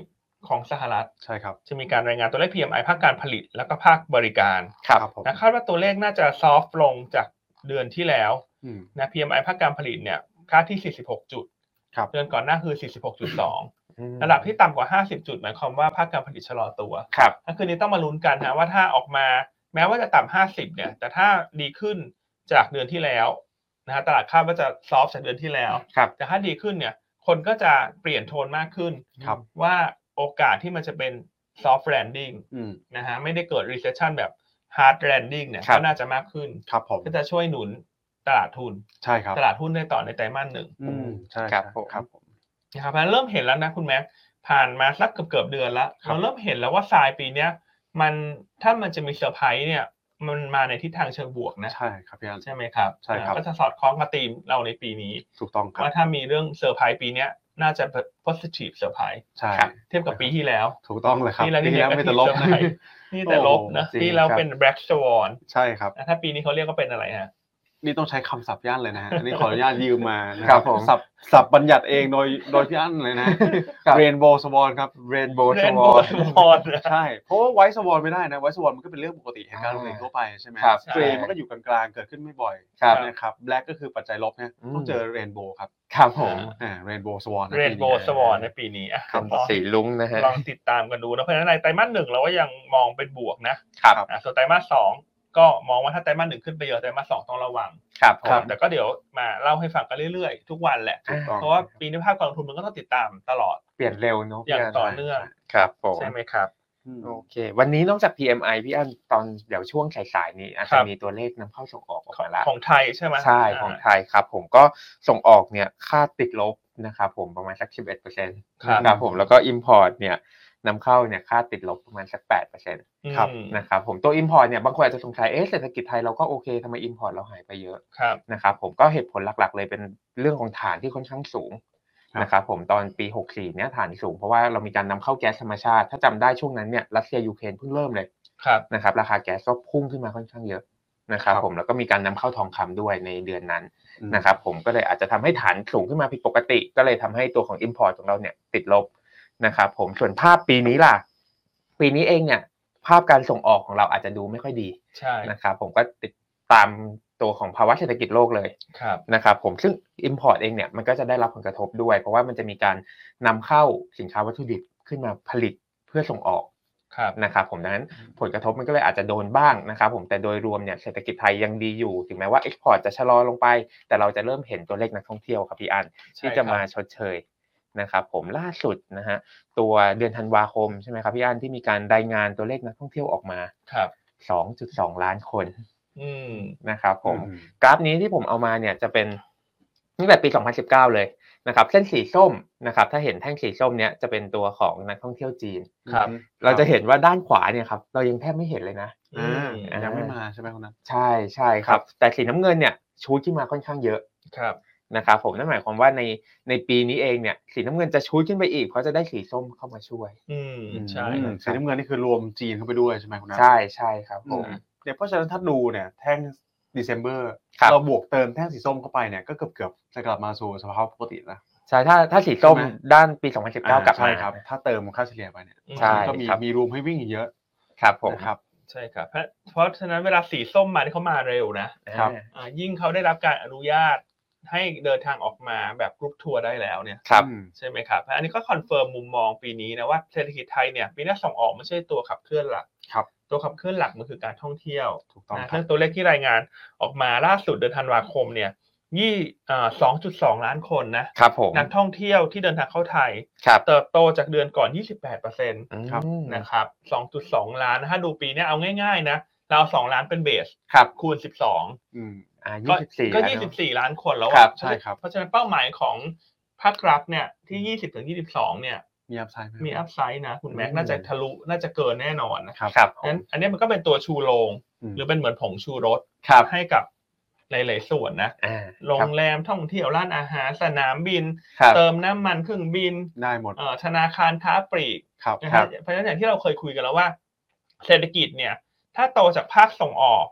ของสหรัฐใช่ครับจะมีการรายงานตัวเลข พี เอ็ม ไอ ภาคการผลิตแล้วก็ภาคบริการครับนะคาดว่าตัวเลขน่าจะซอฟต์ลงจากเดือนที่แล้วนะ พี เอ็ม ไอ ภาคการผลิตเนี่ยค่าที่สี่สิบหกจุดเดือนก่อนหน้าคือ สี่สิบหกจุดสอง ระดับที่ต่ำกว่าห้าสิบจุดหมายความว่าภาคการผลิตชะลอตัวครับนั่นคือนี้ต้องมาลุ้นกันนะว่าถ้าออกมาแม้ว่าจะต่ำห้าสิบเนี่ยแต่ถ้าดีขึ้นจากเดือนที่แล้วนะฮะตลาดคาดว่าจะซอฟต์จากเดือนที่แล้วแต่ถ้าดีขึ้นเนี่ยคนก็จะเปลี่ยนโทนมากขึ้นว่าโอกาสที่มันจะเป็น soft landing นะฮะไม่ได้เกิด recession แบบ hard landing เนี่ยก็น่าจะมากขึ้นก็จะช่วยหนุนตลาดทุนใช่ครับตลาดหุ้นได้ต่อในไตรมาสหนึ่งใช่ครับครับผมนะครับเริ่มเห็นแล้วนะคุณแม็กผ่านมาสักเกือบๆเดือนแล้วเราเริ่มเห็นแล้วว่าทรายปีนี้มันถ้ามันจะมีเซอร์ไพรส์เนี่ยมันมาในทิศทางเชิงบวกนะใช่ครับพี่อันใช่ไหมครับใช่ครับก็จะสอดคล้องกับธีมเราในปีนี้ถูกต้องครับว่าถ้ามีเรื่องเซอร์ไพรส์ปีนี้น่าจะ positive เซอร์ไพรส์ใช่เทียบกับปีที่แล้วถูกต้องเลยครับปีที่แล้วไม่แต่ลบนะนี่แต่ลบนะปีแล้วเป็น black swan ใช่ครับถ้าปีนี้เขาเรียกว่าเป็นอะไรฮะนี่ต้องใช้คำศัพท์ย่านเลยนะฮะอันนี้ขออนุญาตยืมมานะครับศัพท์ศัพท์บัญญัติเองโดยโดยพี่อั้นเลยนะ Rainbow Swan ครับ Rainbow Swan ใช่เพราะว่า White Swan ไม่ได้นะ White Swan มันก็เป็นเรื่องปกติแห่งการลงทุนทั่วไปใช่ไหมครับ Gray มันก็อยู่กลางๆเกิดขึ้นไม่บ่อยนะครับ Black ก็คือปัจจัยลบเนี่ยต้องเจอ Rainbow ครับครับผมอ่า Rainbow Swan Rainbow Swan ในปีนี้เป็นสีลุ้งนะฮะลองติดตามกันดูนะเพราะฉะนั้นในไตรมาสหนึ่งเราก็ยังมองเป็นบวกนะครับส่วนไตรมาสสองก็มองว่าถ้าไตรมาสหนึ่งขึ้นไปเยอะไตรมาสสองต้องระวังครับแต่ก็เดี๋ยวมาเล่าให้ฟังกันเรื่อยๆทุกวันแหละเพราะว่าปีนี้ภาคการลงทุนมันก็ต้องติดตามตลอดเปลี่ยนเร็วเนาะอย่างต่อเนื่องครับผมใช่ไหมครับโอเควันนี้นอกจาก พี เอ็ม ไอ พี่อันตอนเดี๋ยวช่วงสายๆนี้อาจจะมีตัวเลขนำเข้าส่งออกออกมาแล้วของไทยใช่ไหมใช่ของไทยครับผมก็ส่งออกเนี่ยค่าติดลบนะครับผมประมาณสัก สิบเอ็ดเปอร์เซ็นต์ ครับผมแล้วก็ import เนี่ยนำเข้าเนี่ยค่าติดลบประมาณสัก แปดเปอร์เซ็นต์ ครับนะครับผมตัว import เนี่ยบางคนอาจจะสงสัยเอ๊ะเศรษฐกิจไทยเราก็โอเคทำไม import เราหายไปเยอะนะครับผมก็เหตุผลหลักๆเลยเป็นเรื่องของฐานที่ค่อนข้างสูงนะครับผมตอนปีหกสี่เนี่ยฐานสูงเพราะว่าเรามีการนำเข้าแก๊สธรรมชาติถ้าจำได้ช่วงนั้นเนี่ยรัสเซียยูเครนเพิ่งเริ่มเลยนะครับราคาแก๊สก็พุ่งขึ้นมาค่อนข้างเยอะนะครับผมแล้วก็มีการนำเข้าทองคำด้วยในเดือนนั้นนะครับผมก็เลยอาจจะทำให้ฐานสูงขึ้นมาผิดปกติก็เลยทำให้ตัวของ import ของเราเนี่ยติดลบนะครับผมส่วนภาพปีนี้ล่ะปีนี้เองเนี่ยภาพการส่งออกของเราอาจจะดูไม่ค่อยดีนะครับผมก็ติดตามตัวของภาวะเศรษฐกิจโลกเลยนะครับผมซึ่ง import เองเนี่ยมันก็จะได้รับผลกระทบด้วยเพราะว่ามันจะมีการนำเข้าสินค้าวัตถุดิบขึ้นมาผลิตเพื่อส่งออกนะครับผมดังนั้นผลกระทบมันก็เลยอาจจะโดนบ้างนะครับผมแต่โดยรวมเนี่ยเศรษฐกิจไทยยังดีอยู่ถึงแม้ว่า export จะชะลอลงไปแต่เราจะเริ่มเห็นตัวเลขนักท่องเที่ยวครับพี่อันที่จะมาชดเชยนะครับผมล่าสุดนะฮะตัวเดือนธันวาคมใช่ไหมครับพี่อันที่มีการรายงานตัวเลขนักท่องเที่ยวออกมาครับสองจุดสอง ล้านคนนะครับผมกราฟนี้ที่ผมเอามาเนี่ยจะเป็นตั้งแต่ปีสองพันสิบเก้าเลยนะครับเส้นสีส้มนะครับถ้าเห็นแท่งสีส้มเนี้ยจะเป็นตัวของนักท่องเที่ยวจีนครับเราจะเห็นว่าด้านขวาเนี่ยครับเรายังแทบไม่เห็นเลยนะยังไม่มาใช่ไหมคุณนัทใช่ใช่ครับแต่สีน้ำเงินเนี่ยชูดขึ้นมาค่อนข้างเยอะครับนะครับผมนั่นหมายความว่าในในปีนี้เองเนี่ยสีน้ำเงินจะชูดขึ้นไปอีกเพราะจะได้สีส้มเข้ามาช่วยอืมใช่สีน้ำเงินนี่คือรวมจีนเข้าไปด้วยใช่ไหมคุณนัทใช่ใช่ครับผมเนี่ยเพราะฉะนั้นถ้าดูเนี่ยแท่ง December เราบวกเติมแท่งสีส้มเข้าไปเนี่ยก็เกือบเกือบจะกลับมาสู่สภาพปกติแล้วใช่ถ้าถ้าสีส้มด้านปีสองพันสิบเก้ากลับมาครับถ้าเติมค่าเฉลี่ยไปเนี่ยก็มีมีรูมให้วิ่งเยอะครับผมครับใช่ครับเพราะฉะนั้นเวลาสีส้มมาที่เขามาเร็วนะครับยิ่งเขาได้รับการอนุญาตให้เดินทางออกมาแบบกรุ๊ปทัวร์ได้แล้วเนี่ยใช่ไหมครับอันนี้ก็คอนเฟิร์มมุมมองปีนี้นะว่าเศรษฐกิจไทยเนี่ยปีหน้าส่งออกไม่ใช่ตัวขับเคลื่อนหลักตัวขับเคลื่อนหลักมันคือการท่องเที่ยวถูกต้องนะตัวเลขที่รายงานออกมาล่าสุดเดือนธันวาคมเนี่ยยี่อ่า สองจุดสอง ล้านคนนะครับผมนักท่องเที่ยวที่เดินทางเข้าไทยเติบโตจากเดือนก่อน ยี่สิบแปดเปอร์เซ็นต์ครับนะครับ สองจุดสอง ล้านถ้าดูปีนี้เอาง่ายๆนะเราเอาสองล้านเป็นเบสคูณสิบสองอืมอ่ายี่สิบสี่ก็ยี่สิบสี่ล้านคนแล้วครับใช่ครับเพราะฉะนั้นเป้าหมายของภาครัฐเนี่ยที่ ยี่สิบถึงยี่สิบสอง เนี่ยมีอัพไซด์มีอัพไซด์นะคุณแม็กน่าจะทะลุน่าจะเกินแน่นอนนะครับครับงั้นอันนี้มันก็เป็นตัวชูโรงหรือเป็นเหมือนผงชูรสให้กับหลายๆส่วนนะโรงแรมท่องเที่ยวร้านอาหารสนามบินเติมน้ำมันเครื่องบินได้หมดธนาคารค้าปลีกเพราะฉะนั้นอย่างที่เราเคยคุยกันแล้วว่าเศรษฐกิจเนี่ยถ้าโตจากภาคส่งออก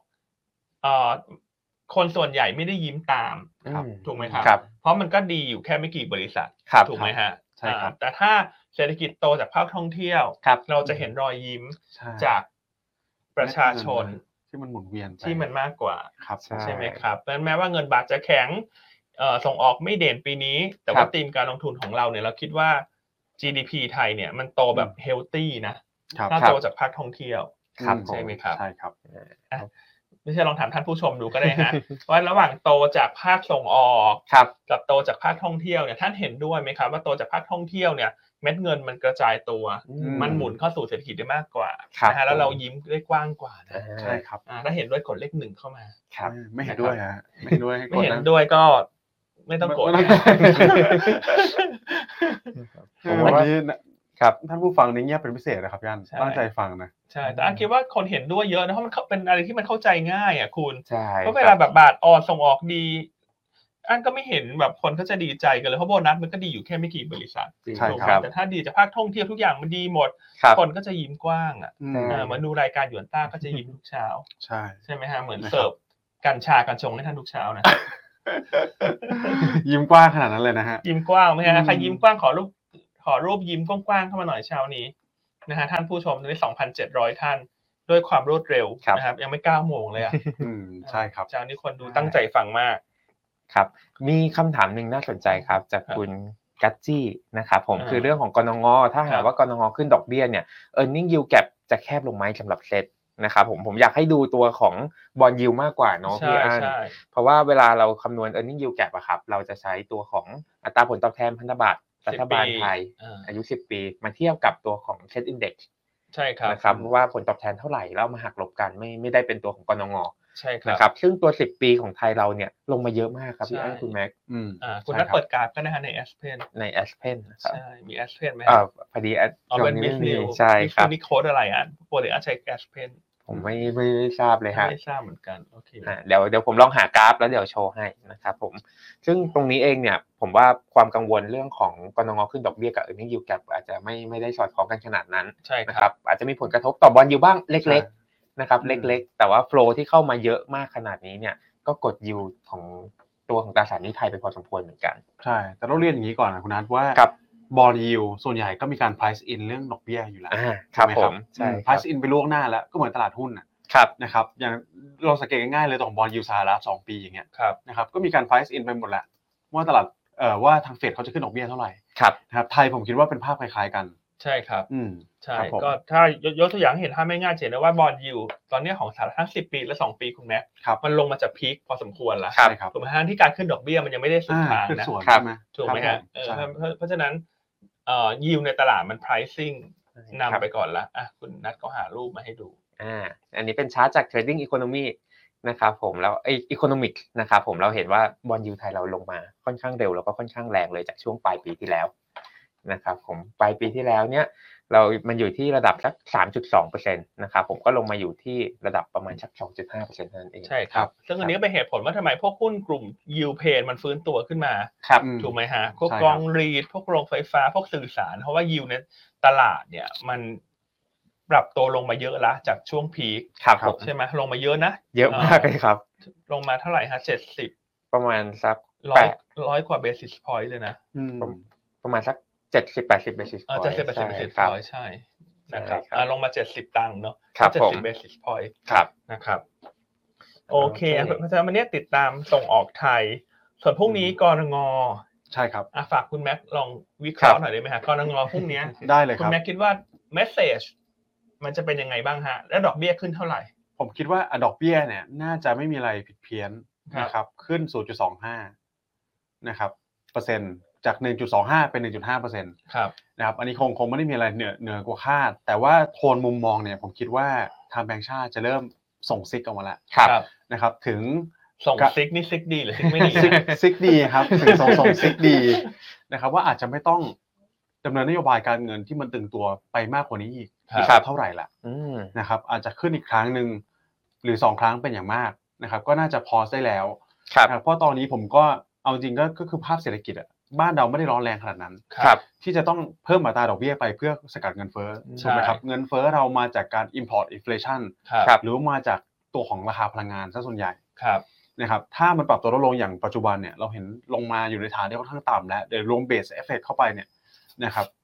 คนส่วนใหญ่ไม่ได้ยิ้มตามถูกไหมครับเพราะมันก็ดีอยู่แค่ไม่กี่บริษัทถูกไหมฮะแต่ถ้าเศรษฐกิจโตจากภาคท่องเที่ยวเราจะเห็นรอยยิ้มจากประชาชนที่มันหมุนเวียนที่มันมากกว่าครับใช่ไหมครับเพราะฉะนั้นแม้ว่าเงินบาทจะแข็งส่งออกไม่เด่นปีนี้แต่ว่าธีมการลงทุนของเราเนี่ยเราคิดว่า จี ดี พี ไทยเนี่ยมันโตแบบเฮลตี้นะถ้าโตจากภาคท่องเที่ยวใช่ไหมครับใช่ครับไม่ใช่ลองถามท่านผู้ชมดูก็ได้ฮะว่าระหว่างโตจากภาคส่งออกกับโตจากภาคท่องเที่ยวเนี่ยท่านเห็นด้วยไหมครับว่าโตจากภาคท่องเที่ยวเนี่ยเม็ดเงินมันกระจายตัวมันหมุนเข้าสู่เศรษฐกิจได้มากกว่านะฮะแล้วเรายิ้มได้กว้างกว่านะใช่ครับถ้าเห็นด้วยกดเลขหนึ่งเข้ามาครับไม่เห็นด้วยฮะไม่เห็นด้วยไม่เห็นด้วยก็ไม่ต้องกดวันนี้ครับท่านผู้ฟังนี่เงียบเป็นพิเศษนะครับย่านตั้งใจฟังนะใช่แต่อันคิดว่าคนเห็นด้วยเยอะนะเพราะมันเป็นอะไรที่มันเข้าใจง่ายอ่ะคุณเพราะเวลาแบบบาทอ่อนส่งออกดีอันก็ไม่เห็นแบบคนก็จะดีใจกันเลยเพราะโบนัสมันก็ดีอยู่แค่ไม่กี่บริษัทถูกไหมแต่ถ้าดีจากภาคท่องเที่ยวทุกอย่างมันดีหมดคนก็จะยิ้มกว้างอ่ะเหมือนดูรายการหยวนต้าก็จะยิ้มทุกเช้าใช่ใช่ไหมฮะเหมือนเสิร์ฟกัญชากัญชงให้ท่านทุกเช้านะยิ้มกว้างขนาดนั้นเลยนะฮะยิ้มกว้างไหมฮะใครยิ้มกว้างขอรูปขอรูปยิ้มกว้างๆเข้ามาหน่อยเช้านี้นะฮะท่านผู้ชมตอนนี้ สองพันเจ็ดร้อย ท่านด้วยความรวดเร็วนะครับยังไม่เก้าโมงเลยอ่ะอืมใช่ครับเช้านี้คนดูตั้งใจฟังมากครับมีคำถามหนึ่งน่าสนใจครับจากคุณกัจจี้นะครับผมคือเรื่องของกนงถ้าหากว่ากนงขึ้นดอกเบี้ยเนี่ย earning yield gap จะแคบลงไหมสำหรับเซตนะครับผมผมอยากให้ดูตัวของบอนด์ยิลด์มากกว่าเนาะพี่อั้นเพราะว่าเวลาเราคำนวณ earning yield gap อะครับเราจะใช้ตัวของอัตราผลตอบแทนพันธบัตรรัฐบาลไทยอายุสิบปีมาเทียบกับตัวของ Set Index ใช่ครับนะครับว่าผลตอบแทนเท่าไหร่แล้วมาหักลบกันไม่ไม่ได้เป็นตัวของกนงใช่ครับนะครับซึ่งตัวสิบปีของไทยเราเนี่ยลงมาเยอะมากครับพี่อั้นคุณแม็กอืมอ่าคุณนักเปิดกราฟก็ได้ฮะใน Aspen ใน Aspen นะครับใช่มี Aspen มั้ยอ่าพอดีอ๋อเป็น Business ใช่ครับนี่โค้ดอะไรอ่ะปกติอ่ะใช้ Aspen ผมไม่ไม่ทราบเลยฮะไม่ทราบเหมือนกันโอเคอ่าเดี๋ยวเดี๋ยวผมลองหากราฟแล้วเดี๋ยวโชว์ให้นะครับผมซึ่งตรงนี้เองเนี่ยผมว่าความกังวลเรื่องของกนงขึ้นดอกเบี้ยกับ earning yield gap อาจจะไม่ไม่ได้สอดคล้องกันขนาดนั้นนะครับอาจจะมีผลกระทบต่อบอนด์ยิลด์บ้างเล็กๆนะครับเล็กๆแต่ว่าโฟลว์ที่เข้ามาเยอะมากขนาดนี้เนี่ยก็กดยิลด์ของตัวของตราสารหนี้ไทยไปพอสมควรเหมือนกันใช่แต่ต้องเรียนอย่างนี้ก่อนนะคุณนัทว่าบอนด์ยิลด์ส่วนใหญ่ก็มีการ price in เรื่องดอกเบี้ยอยู่แล้วใช่ไหมครับใช่ price in ไปล่วงหน้าแล้วก็เหมือนตลาดหุ้นครับนะครับอย่างเราสังเกตง่ายๆเลยตรงบอนด์ยิลด์สหรัฐสองปีอย่างเงี้ยนะครับก็มีการ price in ไปหมดแล้วว่าตลาดเอ่อว่าทางเฟดเขาจะขึ้นดอกเบี้ยเท่าไหร่นะครับไทยผมคิดว่าเป็นภาพคล้ายๆกันใช่ครับอืมใช่ก็ถ้ายกตัวอย่างเห็นภาพไม่ง่ายเห็นได้ว่าบอนด์ยิลด์ตอนนี้ของสหรัฐทั้งสิบปีและสองปีคุณแม่มันลงมาจากพีคพอสมควรแล้วถูกมั้ยฮะที่การขึ้นดอกเบี้ยมันยังไม่ได้สุดทางนะถูกมั้ยฮะเออเพราะฉะนั้นเอ่อยิลด์ในตลาดมัน pricing นำไปก่อนละอ่ะคุณนัทก็หารูปมาให้ดูอ่าอันนี้เป็นชาร์ตจาก Trading Economy นะครับผมแล้วไอ้ Economics นะครับผมเราเห็นว่าบอนด์ยิลด์ไทยเราลงมาค่อนข้างเร็วแล้วก็ค่อนข้างแรงเลยจากช่วงปลายปีที่แล้วนะครับผมปลายปีที่แล้วเนี่ยเรามันอยู่ที่ระดับสัก สามจุดสองเปอร์เซ็นต์ นะครับผมก็ลงมาอยู่ที่ระดับประมาณสัก สองจุดห้าเปอร์เซ็นต์ เท่านั้นเองใช่ครับซึ่งอันนี้ก็เป็นเหตุผลว่าทำไมพวกหุ้นกลุ่ม yield pain มันฟื้นตัวขึ้นมาถูกมั้ยฮะพวกกองรีทพวกโรงไฟฟ้าพวกสื่อสารเพราะว่า yield ในตลาดเนี่ยมันปรับตัวลงมาเยอะละจากช่วงพีคใช่มั้ยลงมาเยอะนะเยอะมากเลยครับลงมาเท่าไหร่ฮะเจ็ดสิบประมาณสักหนึ่งร้อย หนึ่งร้อยกว่า basis point เลยนะอืมประมาณสักเจ็ดสิบ แปดสิบ basis point เออเจ็ดสิบ แปดสิบ basis point ใช่นะครับอ่าลงมาเจ็ดสิบตังค์เนาะเจ็ดสิบ basis point ครับนะครับโอเคเพราะฉะนั้นวันนี้ติดตามส่งออกไทยส่วนพรุ่งนี้กนง. ใช่ครับอ่ะฝากคุณแม็กลองวิเคราะห์หน่อยได้มั้ยฮะกนง.พรุ่งนี้ได้เลยครับคุณแม็กคิดว่า message มันจะเป็นยังไงบ้างฮะแล้วดอกเบี้ยขึ้นเท่าไหร่ผมคิดว่าดอกเบี้ยเนี่ยน่าจะไม่มีอะไรผิดเพี้ยนนะครับขึ้น ศูนย์จุดสองห้า นะครับเปอร์เซ็นต์จาก หนึ่งจุดสองห้า เป็น หนึ่งจุดห้าเปอร์เซ็นต์ครับนะครับอันนี้คงคงไม่ได้มีอะไรเหนือเหนือกว่าคาดแต่ว่าโทนมุมมองเนี่ยผมคิดว่าทางแบงก์ชาติจะเริ่มส่งซิกออกมาแล้วนะครับถึงส่งซิกนี่ซิกดีหรือซิกไม่ดีซิกดีครับถึงส่งส่งซิกดีนะครับว่าอาจจะไม่ต้องดำเนินนโยบายการเงินที่มันตึงตัวไปมากกว่านี้อีกเท่าไหร่ละนะครับอาจจะขึ้นอีกครั้งนึงหรือสองครั้งเป็นอย่างมากนะครับก็น่าจะพอได้แล้วเพราะตอนนี้ผมก็เอาจริงก็ก็คือภาพเศรษฐกิจอ่ะบ้านเราไม่ได้ร้อนแรงขนาดนั้นที่จะต้องเพิ่มอัตราดอกเบี้ยไปเพื่อสกัดเงินเฟ้อถูกไหมครับเงินเฟ้อเรามาจากการ import inflation หรือมาจากตัวของราคาพลังงานซะส่วนใหญ่นะครับถ้ามันปรับตัวลดลงอย่างปัจจุบันเนี่ยเราเห็นลงมาอยู่ในฐานที่ค่อนข้างต่ำแล้วเดี๋ยวรวมเบสเอฟเฟคเข้าไปเนี่ยนะครับ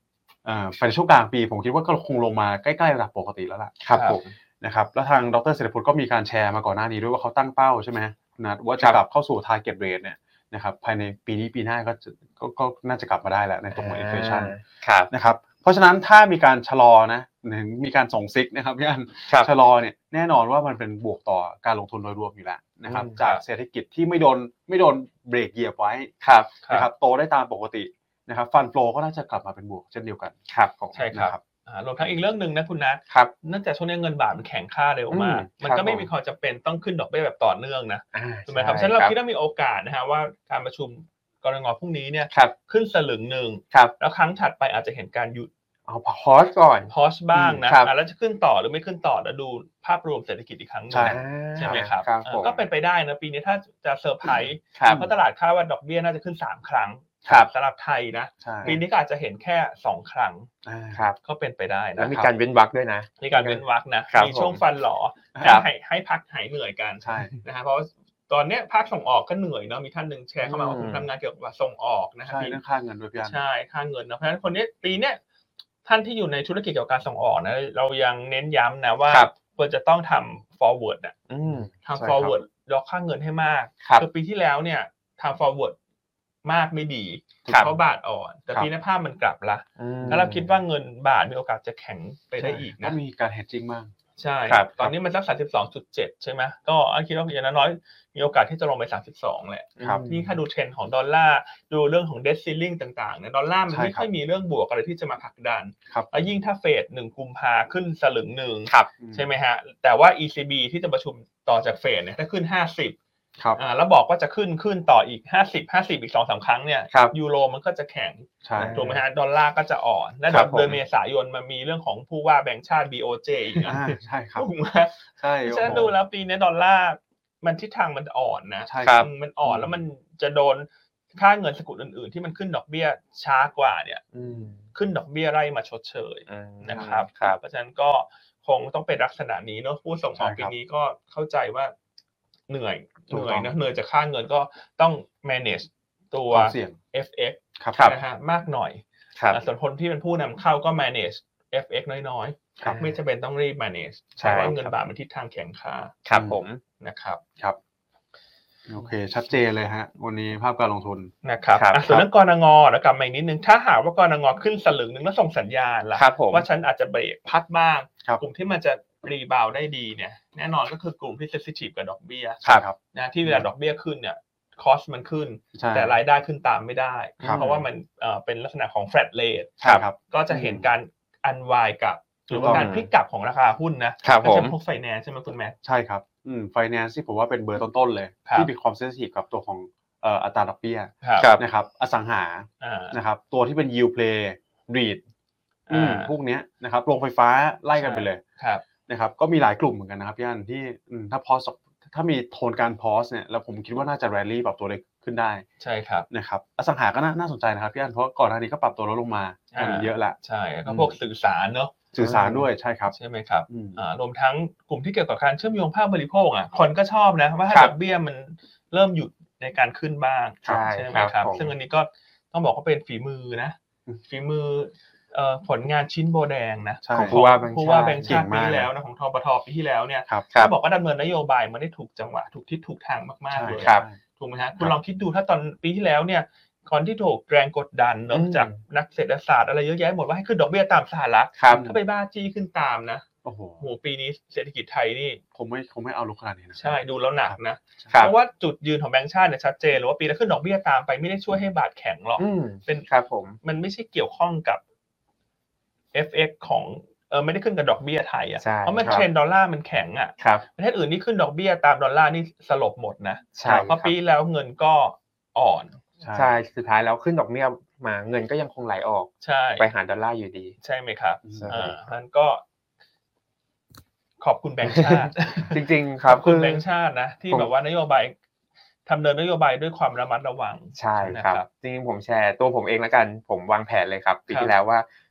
อ่าในช่วงกลางปีผมคิดว่าก็คงลงมาใกล้ๆระดับปกติแล้วล่ะครับผมนะครับแล้วทางดรเศรษฐพุทธก็มีการแชร์มาก่อนหน้านี้ด้วยว่าเขาตั้งเป้าใช่ไหมนะว่าจะกลับเข้าสู่ target rate เนี่ยนะครับภายในปีนี้ปีหน้าก็ก็ก็น่าจะกลับมาได้แล้วในตัวของ inflation นะครับเพราะฉะนั้นถ้ามีการชะลอนะถึงมีการส่งซิกนะครับพี่อันชะลอเนี่ยแน่นอนว่ามันเป็นบวกต่อการลงทุนโดยรวมอยู่แล้วนะครับจากเศรษฐกิจที่ไม่โดนไม่โดนเบรกเหยียบไว้นะครับโตได้ตามปกตินะครับฟันโฟลก็น่าจะกลับมาเป็นบวกเช่นเดียวกันครับใช่ครับรวมทั้งอีกเรื่องนึงนะคุณนัทเนื่องจากช่วงนี้เงินบาทมันแข็งค่าเร็วมากมันก็ไม่มีความจำเป็นต้องขึ้นดอกเบี้ยแบบต่อเนื่องนะถูกไหมครับฉะนั้นเราคิดว่ามีโอกาสนะฮะว่าการประชุมกรงงพรุ่งนี้เนี่ยขึ้นสลึงนึงแล้วครั้งถัดไปอาจจะเห็นการหยุดเอาพอสก่อนพอสบ้างนะแล้วจะขึ้นต่อหรือไม่ขึ้นต่อแล้วดูภาพรวมเศรษฐกิจอีกครั้งนึงใช่ไหมครับก็เป็นไปได้นะปีนี้ถ้าจะเซอร์ไพรส์เพราะตลาดคาดว่าดอกเบี้ยน่าจะขึ้นสามครั้งสำหรับไทยนะปีนี้ก็อาจจะเห็นแค่สองครั้งก็เป็นไปได้นะแล้วมีการเว้นวรรคด้วยนะมีการเว้นวรรคนะมีช่วงฟันหล่อให้ให้พักหายเหนื่อยกันนะฮะเพราะตอนนี้ภาคส่งออกก็เหนื่อยเนาะมีท่านหนึ่งแชร์เข้ามาว่าผมทำงานเกี่ยวกับส่งออกนะครับใช่เรื่องค่าเงินด้วยพี่ใช่ค่าเงินนะเพราะฉะนั้นคนนี้ปีนี้ท่านที่อยู่ในธุรกิจเกี่ยวกับการส่งออกนะเรายังเน้นย้ำนะว่าควรจะต้องทำ forward อ่ะทำ forward ล็อกค่าเงินให้มากคือปีที่แล้วเนี่ยทำ forward มากไม่ดีเพราะบาทอ่อนแต่ปีนี้ภาพมันกลับละแล้วเราคิดว่าเงินบาทมีโอกาสจะแข็งไปได้อีกนะมีการ hedging มากใช่ตอนนี้มันสัก สามสิบสองจุดเจ็ด ใช่ไหมก็อันคิดว่าอย่างน้อยมีโอกาสที่จะลงไปสามสิบสองแหละนี่ถ้าดูเทรนด์ของดอลลาร์ดูเรื่องของ debt ceiling ต่างๆเนี่ยดอลลาร์มันไม่ค่อยมีเรื่องบวกอะไรที่จะมาผลักดันแล้วยิ่งถ้าเฟดหนึ่งกุมภาขึ้นสลึงหนึ่งใช่ไหมฮะแต่ว่า อี ซี บี ที่จะประชุมต่อจากเฟดเนี่ยถ้าขึ้นห้าสิบครับอ่าแล้วบอกว่าจะขึ้นขึ้นต่ออีกห้าสิบ ห้าสิบอีก สองสาม ครั้งเนี่ยยูโรมันก็จะแข็งถูกมั้ยฮะดอลลาร์ก็จะอ่อนและเดือนเมษายนมันมีเรื่องของผู้ว่าแบงก์ชาติ บี โอ เจ อีกนะใช่ครับถูกมั้ยใช่ฉะนั้นดูแล้วปีนี้ดอลลาร์มันทิศทางมันอ่อนนะมันอ่อนแล้วมันจะโดนค่าเงินสกุลอื่นๆที่มันขึ้นดอกเบี้ยช้ากว่าเนี่ยขึ้นดอกเบี้ยไล่มาชดเชยนะครับเพราะฉะนั้นก็คงต้องเป็นลักษณะนี้เนาะผู้ส่งออกปีนี้ก็เข้าใจว่าเหนื่อยเหนื่อยนะเหนื่อยจากค่าเงินก็ต้อง manage ตัว เอฟ เอ็กซ์ นะฮะมากหน่อยส่วนคนที่เป็นผู้นำเข้าก็ manage เอฟ เอ็กซ์ น้อยๆไม่จำเป็นต้องรีบ manage เพราะว่าเงินบาทมันทิศทางแข็งค่าครับผมนะครับครับโอเคชัดเจนเลยฮะวันนี้ภาพการลงทุนนะครับส่วนเรื่องกนงแล้วกลับมาอีกนิดนึงถ้าหากว่ากนงขึ้นสลึงนึงแล้วส่งสัญญาณล่ะว่าฉันอาจจะเบรกพักบ้างกลุ่มที่มันจะรีบาวได้ดีเนี่ยแน่นอนก็คือกลุ่มที่เซนซิทีฟกับดอกเบี้ยนะที่เวลาดอกเบี้ยขึ้นเนี่ยคอสมันขึ้นแต่รายได้ขึ้นตามไม่ได้เพราะว่ามันเป็นลักษณะของ flat rate ก็จะเห็นการอันวายกับหรือว่าการพลิกกลับของราคาหุ้นนะไม่ใช่พวกไฟแนนซ์ใช่ไหมคุณแม่ใช่ครับอืมไฟแนนซ์ที่ผมว่าเป็นเบอร์ต้นๆเลยที่มีความเซนซิทีฟกับตัวของเอ่ออัตราดอกเบี้ยนะครับอสังหานะครับตัวที่เป็น yield play read อืมพวกเนี้ยนะครับโรงไฟฟ้าไล่กันไปเลยนะครับก็มีหลายกลุ่มเหมือนกันนะครับพี่อันที่ถ้าพอสถ้ามีโทนการพอสเนี่ยแล้วผมคิดว่าน่าจะแรลลี่ปรับตัวเล็กขึ้นได้ใช่ครับนะครับอสังหาก็น่าสนใจนะครับพี่อันเพราะก่อนหน้านี้ก็ปรับตัวลดลงมาเยอะละใช่ก็พวกสื่อสารเนาะสื่อสารด้วยใช่ครับใช่ไหมครับอ่ารวมทั้งกลุ่มที่เกี่ยวกับการเชื่อมโยงภาคบริโภคอ่ะคนก็ชอบนะว่าถ้าดอกเบี้ยมันเริ่มหยุดในการขึ้นบ้างใช่ไหมครับซึ่งอันนี้ก็ต้องบอกว่าเป็นฝีมือนะฝีมือผลงานชิ้นโบแดงนะของผู้ว่าผู้ว่าแบงค์ชาติปีที่แล้วนะของทบทปีที่แล้วเนี่ยเขาบอกว่าดำเนินนโยบายมันได้ถูกจังหวะถูกทิศถูกทางมากๆเลยถูกไหมฮะคุณลองคิดดูถ้าตอนปีที่แล้วเนี่ยก่อนที่ถูกแรงกดดันเนอะจากนักเศรษฐศาสตร์อะไรเยอะแยะหมดว่าให้ขึ้นดอกเบี้ยตามสหรัฐถ้าไปบ้าจี้ขึ้นตามนะโอ้โหปีนี้เศรษฐกิจไทยนี่คงไม่คงไม่เอาลุกขนาดนี้นะใช่ดูแล้วหนักนะเพราะว่าจุดยืนของแบงก์ชาติเนี่ยชัดเจนเลยว่าปีละขึ้นดอกเบี้ยตามไปไม่ได้ช่วยให้บาทแข็งหรอกเป็นครับผมมันไม่ใช่เกี่ยวข้องกับ เอฟ เอ็กซ์ ของเออไม่ได้ขึ้นกับดอกเบี้ยไทยอ่ะเพราะมันเทรนด์ดอลลาร์มันแข็งอ่ะประเทศอื่นนี่ขึ้นดอกเบี้ยตามดอลลาร์นี่สลบหมดนะเพราะปีแล้วเงินก็อ่อนใช่สุดท้ายแล้วขึ้นดอกเบี้ยมาเงินก็ยังคงไหลออกไปหาดอลลาร์อยู่ดีใช่ไหมครับอ่านั้นก็ขอบคุณแบงก์ชาติจริงๆครับขอบคุณแบงก์ชาตินะที่แบบว่านโยบายทำเนินนโยบายด้วยความระมัดระวังใช่ครับจริงๆผมแชร์ตัวผมเองแล้วกันผมวางแผนเลยครับปีที่แล้วว่า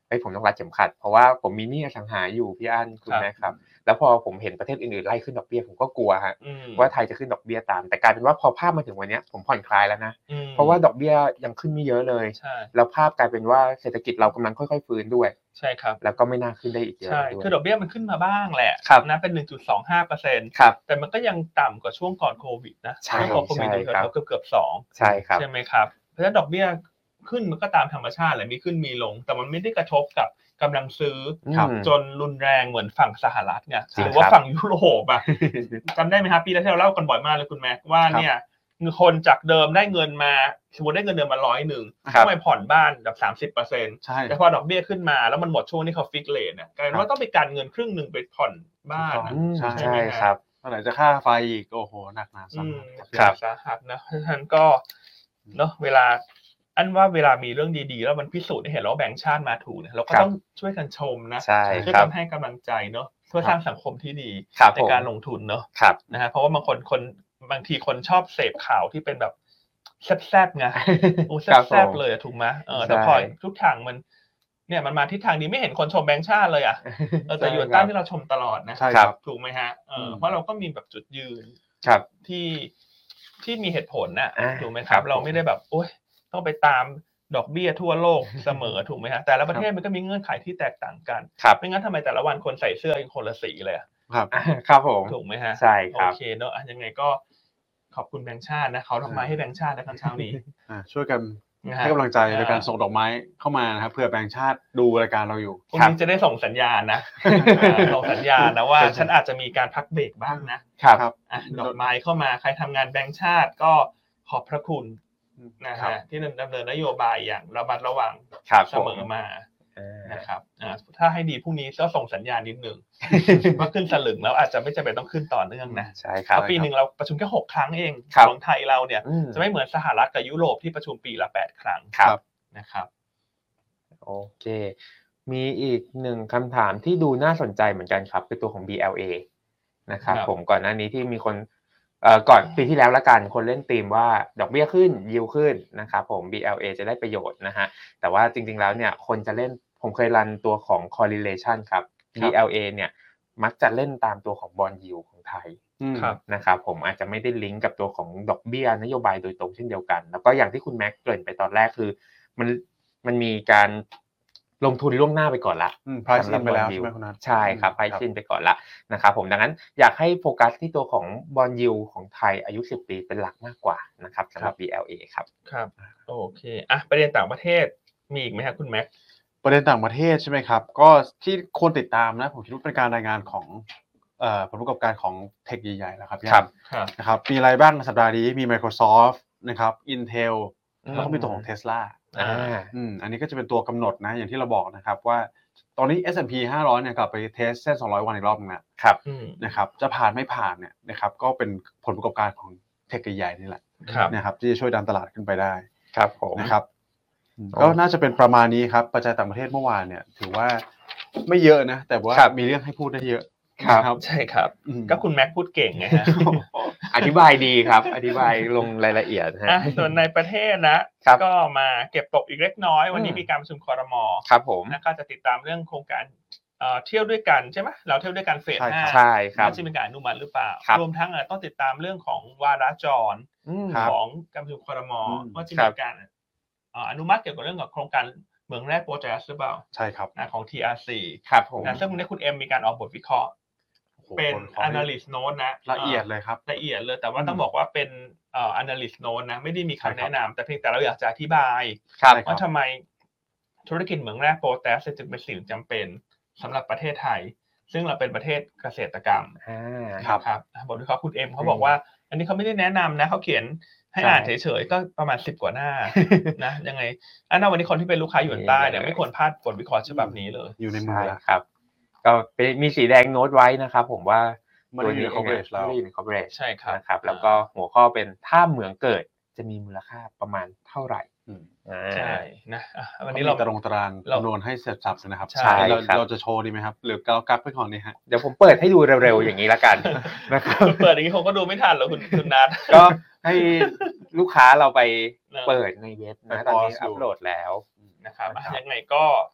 เอ้ยผมต้องรัดเข็มขัดเพราะว่าผมมีหนี้อสังหาอยู่พี่อั้นคุณแม่ครับแล้วพอผมเห็นประเทศอื่นๆไล่ขึ้นดอกเบี้ยผมก็กลัวฮะว่าไทยจะขึ้นดอกเบี้ยตามแต่กลายเป็นว่าพอภาพมาถึงวันนี้ผมผ่อนคลายแล้วนะเพราะว่าดอกเบี้ยยังขึ้นไม่เยอะเลยแล้วภาพกลายเป็นว่าเศรษฐกิจเรากำลังค่อยๆฟื้นด้วยใช่ครับแล้วก็ไม่น่าขึ้นได้อีกเยอะใช่คือดอกเบี้ยมันขึ้นมาบ้างแหละนะเป็น หนึ่งจุดสองห้าเปอร์เซ็นต์ครับแต่มันก็ยังต่ำกว่าช่วงก่อนโควิดนะช่วงก่อนโควิดเกือบเกือบสองใช่ครับใช่ไหมครับเพราะฉะนั้นดอกเบี้ยขึ้นมันก็ตามธรรมชาติแหละมีขึ้นมีลงแต่มันไม่ได้กระทบกับกำลังซื้อจนรุนแรงเหมือนฝั่งสหรัฐเนี่ยหรือว่าฝั่งยุโรปอ่ะจำได้ไหมครับปีแล้วที่เราเล่ากันบ่อยมากเลยคุณแม็กว่าเนี่ยคนจากเดิมได้เงินมาสมมติได้เงินเดือนมาร้อยหนึ่งต้องไปผ่อนบ้านแบบสามสิบเปอร์เซ็นต์แต่พอดอกเบี้ยขึ้นมาแล้วมันหมดช่วงที่เขาฟิกเรทเนี่ยกลายเป็นว่าต้องไปการเงินครึ่งหนึ่งไปผ่อนบ้านใช่ใช่ครับเมื่อไหร่จะค่าไฟอีกโอ้โหหนักหนาสาหัสสาหัสนะเพราะฉะนั้นก็เนาะเวลาอันว่าเวลามีเรื่องดีๆแล้วมันพิสูจน์ให้เห็นแล้วแบงก์ชาติมาถูกเนี่ยเราก็ต้องช่วยกันชมนะช่วยกันให้กำลังใจเนาะเพื่อสร้างสังคมที่ดีในการลงทุนเนาะนะฮะเพราะว่าบางคนคนบางทีคนชอบเสพข่าวที่เป็นแบบแซ่บๆไงโอ้แซ่บๆเลยถูกไหมเออแต่พอทุกทางมันเนี่ยมันมาทิศทางดีไม่เห็นคนชมแบงก์ชาติเลยอ่ะเออแต่อยู่ใต้ที่เราชมตลอดนะถูกไหมฮะเออเพราะเราก็มีแบบจุดยืนที่ที่มีเหตุผลน่ะถูกไหมครับเราไม่ได้แบบโอ๊ยต้องไปตามดอกเบี้ยทั่วโลกเสมอถูกไหมฮะแต่ละประเทศมันก็มีเงื่อนไขที่แตกต่างกันไม่งั้นทำไมแต่ละวันคนใส่เสื้อคนละสีเลยครับครับผมถูกไหมฮะใช่ครับโอเคเนอะยังไงก็ขอบคุณแบงค์ชาตินะเขาทำมาให้แบงค์ชาติในตอนเช้านี้ช่วยกันให้กำลังใจในการส่งดอกไม้เข้ามานะครับเพื่อแบงค์ชาติดูรายการเราอยู่พรุ่งนี้จะได้ส่งสัญญาณนะส่งสัญญาณนะว่าฉันอาจจะมีการพักเบรกบ้างนะครับดอกไม้เข้ามาใครทำงานแบงค์ชาติก็ขอบพระคุณนะฮะที่ดำเนินนโยบายอย่างระมัดระวังเสมอมานะครับถ้าให้ดีพรุ่งนี้ก็ส่งสัญญาณนิดนึงว่าขึ้นสลึงแล้วอาจจะไม่จำเป็นต้องขึ้นต่อเนื่องนะใช่ครับปีหนึ่งเราประชุมแค่หกครั้งเองของไทยเราเนี่ยจะไม่เหมือนสหรัฐกับยุโรปที่ประชุมปีละแปดครั้งนะครับโอเคมีอีกหนึ่งคำถามที่ดูน่าสนใจเหมือนกันครับคือตัวของ บี แอล เอ นะครับผมก่อนหน้านี้ที่มีคนเอ่อก่อนปีที่แล้วละกันคนเล่นธีมว่าดอกเบี้ยขึ้นยิวขึ้นนะครับผม บี แอล เอ จะได้ประโยชน์นะฮะแต่ว่าจริงๆแล้วเนี่ยคนจะเล่นผมเคยรันตัวของ correlation ครับ บี แอล เอ เนี่ยมักจะเล่นตามตัวของ bond yield ของไทยนะครับผมอาจจะไม่ได้ลิงก์กับตัวของดอกเบี้ยนโยบายโดยตรงเช่นเดียวกันแล้วก็อย่างที่คุณแม็กเกริ่นไปตอนแรกคือมันมันมีการลงทุนล่วงหน้าไปก่อนละ price in ไปแล้วใช่ไหมคุณนัทใช่ครับ price in ไปก่อนละนะครับผมดังนั้นอยากให้โฟกัสที่ตัวของ bond yield ของไทยอายุสิบปีเป็นหลักมากกว่านะครับสำหรับ บี แอล เอ ครับครับโอเคอ่ะประเด็นต่างประเทศมีอีกไหมครับคุณแม็กประเด็นต่างประเทศใช่ไหมครับก็ที่ควรติดตามนะผมคิดว่าเป็นการรายงานของเอ่อผลประกอบการของเทคใหญ่ๆแล้วครับครับนะครับมีอะไรบ้างสัปดาห์นี้มี Microsoft นะครับ Intel แล้วก็มีตัวของ Tesla อ่าอืมอันนี้ก็จะเป็นตัวกำหนดนะอย่างที่เราบอกนะครับว่าตอนนี้ เอส แอนด์ พี ห้าร้อยเนี่ยกลับไปเทสเส้นสองร้อยวันอีกรอบนึงนะครับนะครับจะผ่านไม่ผ่านเนี่ยนะครับก็เป็นผลประกอบการของเทคใหญ่ๆนี่แหละนะครับที่จะช่วยดันตลาดขึ้นไปได้ครับผมนะครับก็น่าจะเป็นประมาณนี้ครับปัจจัยต่างประเทศเมื่อวานเนี่ยถือว่าไม่เยอะนะแต่ว่ามีเรื่องให้พูดได้เยอะครับใช่ครับก็คุณแม็กพูดเก่งไงฮะอธิบายดีครับอธิบายลงรายละเอียดฮะส่วนในประเทศนะก็มาเก็บตกอีกเล็กน้อยวันนี้มีการประชุมครม. ครับผมนะก็จะติดตามเรื่องโครงการเที่ยวด้วยกันใช่ไหมเราเที่ยวด้วยกันเฟสห้าใช่ครับจะมีการอนุมัติหรือเปล่ารวมทั้งต้องติดตามเรื่องของวาระจรของการประชุมครม.ว่าจะมีการอนุมัติเกี่ยวกับเรื่องของโครงการเมืองแรกโปรเจกต์หรือเปล่าใช่ครับของ ที อาร์ ซีครับผมซึ่งวันนี้คุณเอ็มมีการออกบทวิเคราะห์เป็น analyst note นะละเอียดเลยครับละเอียดเลยแต่ว่าต้องบอกว่าเป็นเอ่อ analyst note นะไม่ได้มีคำแนะนำแต่เพียงแต่เราอยากจะอธิบายว่าทำไมธุรกิจเหมืองแร่โปรแทสจึงเป็นสิ่งจำเป็นสำหรับประเทศไทยซึ่งเราเป็นประเทศเกษตรกรรมครับบทวิเคราะห์คุณเอ็มเขาบอกว่าอันนี้เขาไม่ได้แนะนำนะเขาเขียนให้อ่านเฉยๆก็ประมาณสิบกว่าหน้านะยังไงอันนั้นวันนี้คนที่เป็นลูกค้าอยู่ใต้เนี่ยไม่ควรพลาดบทวิเคราะห์ฉบับนี้เลยอยู่ในมือครับก็มีสีแดงโน้ตไว้นะครับผมว่าตัวนี้ coverage แล้ว coverage ใช่ครับนะครับแล้วก็หัวข้อเป็นถ้าเหมืองเกิดจะมีมูลค่าประมาณเท่าไหร่ใช่นะวันนี้เราตรงตารางคำนวณให้เสร็จสับนะครับใช่เราจะโชว์ดีไหมครับหรือเรากักไปก่อนนี่ฮะเดี๋ยวผมเปิดให้ดูเร็วๆอย่างนี้ละกันนะครับเปิดอย่างนี้ผมก็ดูไม่ทันแล้วคุณคุณนัทก็ให้ลูกค้าเราไปเปิดในเว็บนะตอนนี้อัปโหลดแล้วนะครับยังไงก็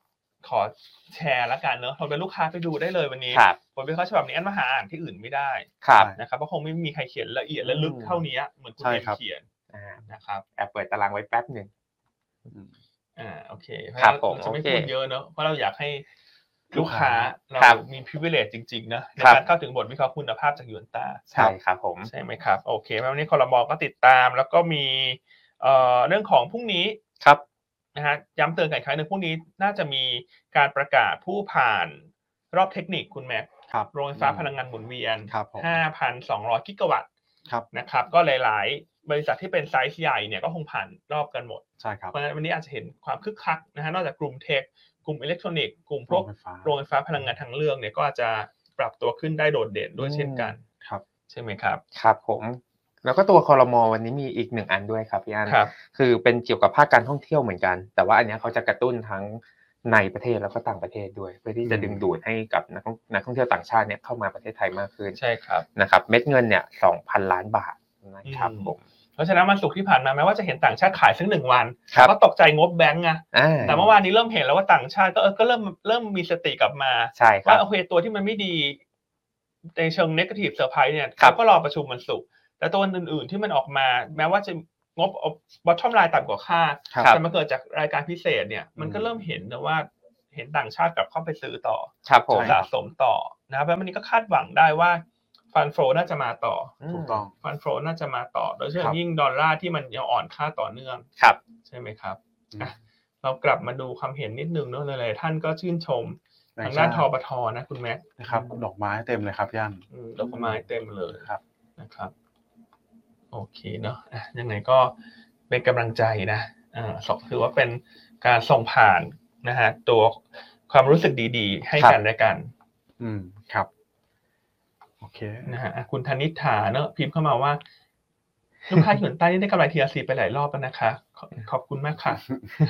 ขอแชร์ละกันเนอะเราเป็นลูกค้าไปดูได้เลยวันนี้บทวิเคราะห์ฉบับนี้อันมาหาอ่านที่อื่นไม่ได้นะครับเพราะคงไม่มีใครเขียนละเอียดและลึกเท่านี้เหมือนคุณเองเขียนนะครับแอบเปิดตารางไว้แป๊บนึงอ่าโอเคเพราะเราจะไม่พูดเยอะเนอะเพราะเราอยากให้ลูกค้าเรามี privilege จริงๆนะในการเข้าถึงบทวิเคราะห์คุณภาพจากยูนต้าใช่ครับผมใช่ไหมครับโอเควันนี้ครม.ก็ติดตามแล้วก็มีเอ่อเรื่องของพรุ่งนี้ครับนะฮะย้ำเตือนกันอีกครั้งนึงพรุ่งนี้น่าจะมีการประกาศผู้ผ่านรอบเทคนิคคุณแม็กโรงไฟฟ้าพลังงานหมุนเวียน ห้าพันสองร้อย กิกะวัตต์นะครับก็หลายๆบริษัทที่เป็นไซส์ใหญ่เนี่ยก็คงผ่านรอบกันหมดใช่ครับเพราะฉะนั้นวันนี้อาจจะเห็นความคึกคักนะฮะนอกจากกลุ่มเทคกลุ่มอิเล็กทรอนิกส์กลุ่มพวกโรงไฟฟ้าพลังงานทางเลือกเนี่ยก็อาจจะปรับตัวขึ้นได้โดดเด่นด้วยเช่นกันครับใช่ไหมครับครับผมแล้วก็ตัวครม.วันนี้มีอีกหนึ่งอันด้วยครับพี่อั้นคือเป็นเกี่ยวกับภาคการท่องเที่ยวเหมือนกันแต่ว่าอันนี้เขาจะกระตุ้นทั้งในประเทศแล้วก็ต่างประเทศด้วยเพื่อที่จะดึงดูดให้กับนักนักท่องเที่ยวต่างชาติเนี่ยเข้ามาประเทศไทยมากขึ้นใช่ครับนะครับเม็ดเงินเนี่ย สองพัน ล้านบาทนะครับผมเพราะฉะนั้นวันศุกร์ที่ผ่านมาแม้ว่าจะเห็นต่างชาติขายซึ่งหนึ่งวันก็ตกใจงบแบงก์ไงแต่เมื่อวานนี้เริ่มเห็นแล้วว่าต่างชาติก็เออก็เริ่มเริ่มมีสติกลับมาว่าโอเคตัวที่มันไม่ดีในเชิง negative surprise เนี่ยเขาก็รอประชุมวันศุกร์แต่ตัวอื่นๆที่มันออกมาแม้ว่าจะงบ bottom line ต่ำกว่าคาดแต่มันเกิดจากรายการพิเศษเนี่ยมันก็เริ่มเห็นนะว่าเห็นต่างชาติกลับเข้าไปซื้อต่อสะสมต่อนะครับแล้ววันนี้ก็คาดหวังได้ว่าฟันโฟน่าจะมาต่อถูกต้องฟันโฟน่าจะมาต่อโดยเฉพาะยิ่งดอลลาร์ที่มันยังอ่อนค่าต่อเนื่องใช่ไหมครับเรากลับมาดูความเห็นนิดนึงเนอะหลายๆท่านก็ชื่นชมทางด้านทปทนะคุณแม็กนะครับดอกไม้เต็มเลยครับย่านดอกไม้เต็มเลยครับนะครับโอเคเนาะยังไงก็เป็นกำลังใจนะอ่าถือว่าเป็นการส่งผ่านนะฮะตัวความรู้สึกดีๆให้กันและกันอืมครับโอเคนะฮะคุณธนิษฐาเนอะพิมพ์เข้ามาว่าลูกค้าหยวนใต้นี่ได้กำไร ที อาร์ ซี ไปหลายรอบแล้วนะคะขอบคุณมากค่ะ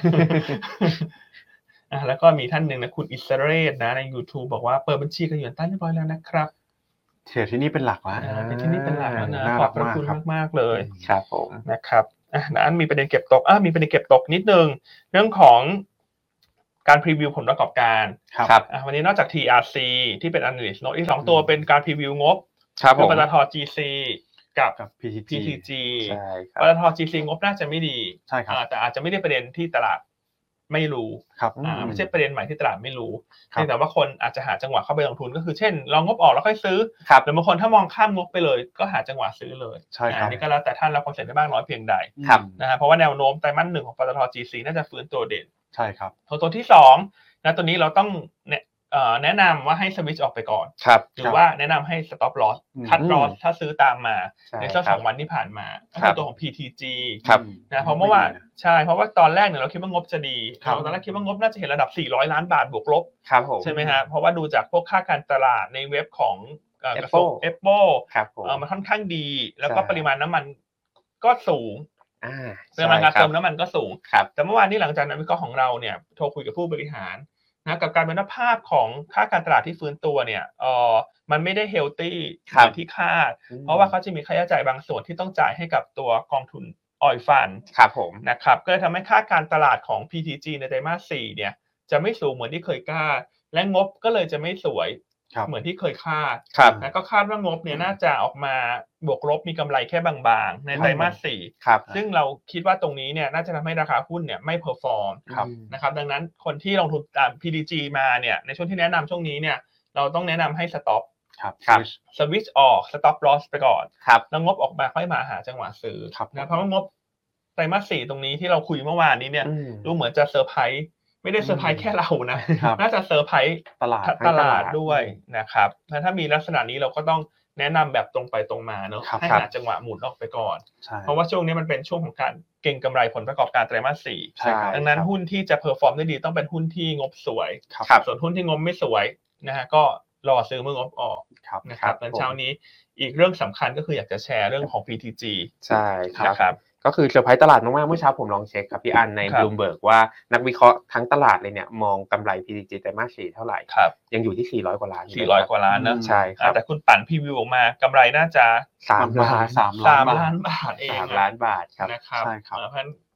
อ่ะแล้วก็มีท่านหนึ่งนะคุณอิสเรศนะใน YouTube บอกว่าเปิดบัญชีกับหยวนใต้เรียบร้อยแล้วนะครับเทียที่นี่เป็นหลักแล้วเป็นที่นี่เป็นหลักแล้วนะขอบพระคุณมากๆเลยครับผมนะครับอ่ะนั้นมีประเด็นเก็บตกอ่ะมีประเด็นเก็บตกนิดนึงเรื่องของการพรีวิวผลประกอบการครับวันนี้นอกจาก ที อาร์ ซี ที่เป็น Analyst Note อีกสองตัวเป็นการพรีวิวงบคือปตท จี ซี กับพี ทีจีใช่ครับปตท จี ซี งบน่าจะไม่ดีใช่ครับแต่อาจจะไม่ได้ประเด็นที่ตลาดไม่รู้ครับอ่าไม่ใช่ประเด็นใหม่ที่ตลาดไม่รู้แต่ว่าคนอาจจะหาจังหวะเข้าไปลงทุนก็คือเช่นลองงบออกแล้วค่อยซื้อหรือบางคนถ้ามองข้ามงบไปเลยก็หาจังหวะซื้อเลยใช่ครับนี่ก็แล้วแต่ท่านแล้วความเสี่ยงได้บ้างน้อยเพียงใดนะฮะเพราะว่าแนวโน้มไตรมาสหนึ่งของปตท จี ซี น่าจะฟื้นตัวเด่นใช่ครับตัวที่สองนะตัวนี้เราต้องเนี่ยแนะนำว่าให้สวิตช์ออกไปก่อนหรือว่าแนะนำให้ stop loss คัด loss ถ้าซื้อตามมาในช่วงสองวันที่ผ่านมาคือตัวของ พี ที จี นะเพราะเมื่อวานใช่เพราะว่าตอนแรกเนี่ยเราคิดว่างบจะดีเราตอนแรกคิดว่างบน่าจะเห็นระดับสี่ร้อยล้านบาทบวกลบใช่ไหมฮะเพราะว่าดูจากพวกค่าการตลาดในเว็บของกระทรวง Apple มันค่อนข้างดีแล้วก็ปริมาณน้ำมันก็สูงปริมาณการเติมน้ำมันก็สูงแต่เมื่อวานนี้หลังจากนั้นวิเคราะห์ของเราเนี่ยโทรคุยกับผู้บริหารนะกับการเป็นภาพของค่าการตลาดที่ฟื้นตัวเนี่ยเออมันไม่ได้เฮลตี้อย่างที่คาดเพราะว่าเขาจะมีค่าใช้จ่ายบางส่วนที่ต้องจ่ายให้กับตัวกองทุนออยล์ฟันครับผมนะครับก็เลยทำให้ค่าการตลาดของ พี ที จี ในไตรมาสสี่เนี่ยจะไม่สูงเหมือนที่เคยคาดและงบก็เลยจะไม่สวยเหมือนที่เคยคาดแล้วก็คาดว่างบเนี่ยน่าจะออกมาบวกลบมีกำไรแค่บางๆในไตรมาสสี่ซึ่งเราคิดว่าตรงนี้เนี่ยน่าจะทำให้ราคาหุ้นเนี่ยไม่เพอร์ฟอร์มนะครับดังนั้นคนที่ลงทุนตาม พี ที จี มาเนี่ยในช่วงที่แนะนำช่วงนี้เนี่ยเราต้องแนะนำให้สต็อปสวิตช์ออกสต็อปลอสไปก่อนแล้วงบออกมาค่อยมาหาจังหวะซื้อนะเพราะว่างบไตรมาสสี่ตรงนี้ที่เราคุยเมื่อวานนี้เนี่ยดูเหมือนจะเซอร์ไพรส์ไม่ได้เซอร์ไพรส์แค่เรานะน่าจะเซอร์ไพรส์ตลาดตลาดด้วยนะครับถ้ามีลักษณะนี้เราก็ต้องแนะนำแบบตรงไปตรงมาเนอะให้หาจังหวะหมุนออกไปก่อนเพราะว่าช่วงนี้มันเป็นช่วงของการเก็งกำไรผลประกอบการไตรมาสสี่ดังนั้นหุ้นที่จะเพอร์ฟอร์มได้ดีต้องเป็นหุ้นที่งบสวยส่วนหุ้นที่งบไม่สวยนะฮะก็รอซื้อเมื่องบออกนะครับในเช้านี้อีกเรื่องสำคัญก็คืออยากจะแชร์เรื่องของ พี ที จีใช่ครับก็คือเซอร์ไพรส์ตลาดมากๆเมื่อเช้าผมลองเช็คครับพี่อันใน Bloomberg ว่านักวิเคราะห์ทั้งตลาดเลยเนี่ยมองกำไร พี ที จี ไตรมาสสี่เท่าไหร่ยังอยู่ที่สี่ร้อยกว่าล้านสี่ร้อยกว่าล้านนะใช่ครับแต่คุณปั่นพรีวิวออกมากำไรน่าจะสามล้านสามล้านบาทเองสามล้านบาทครับนะครับเพราะฉะนั้นก็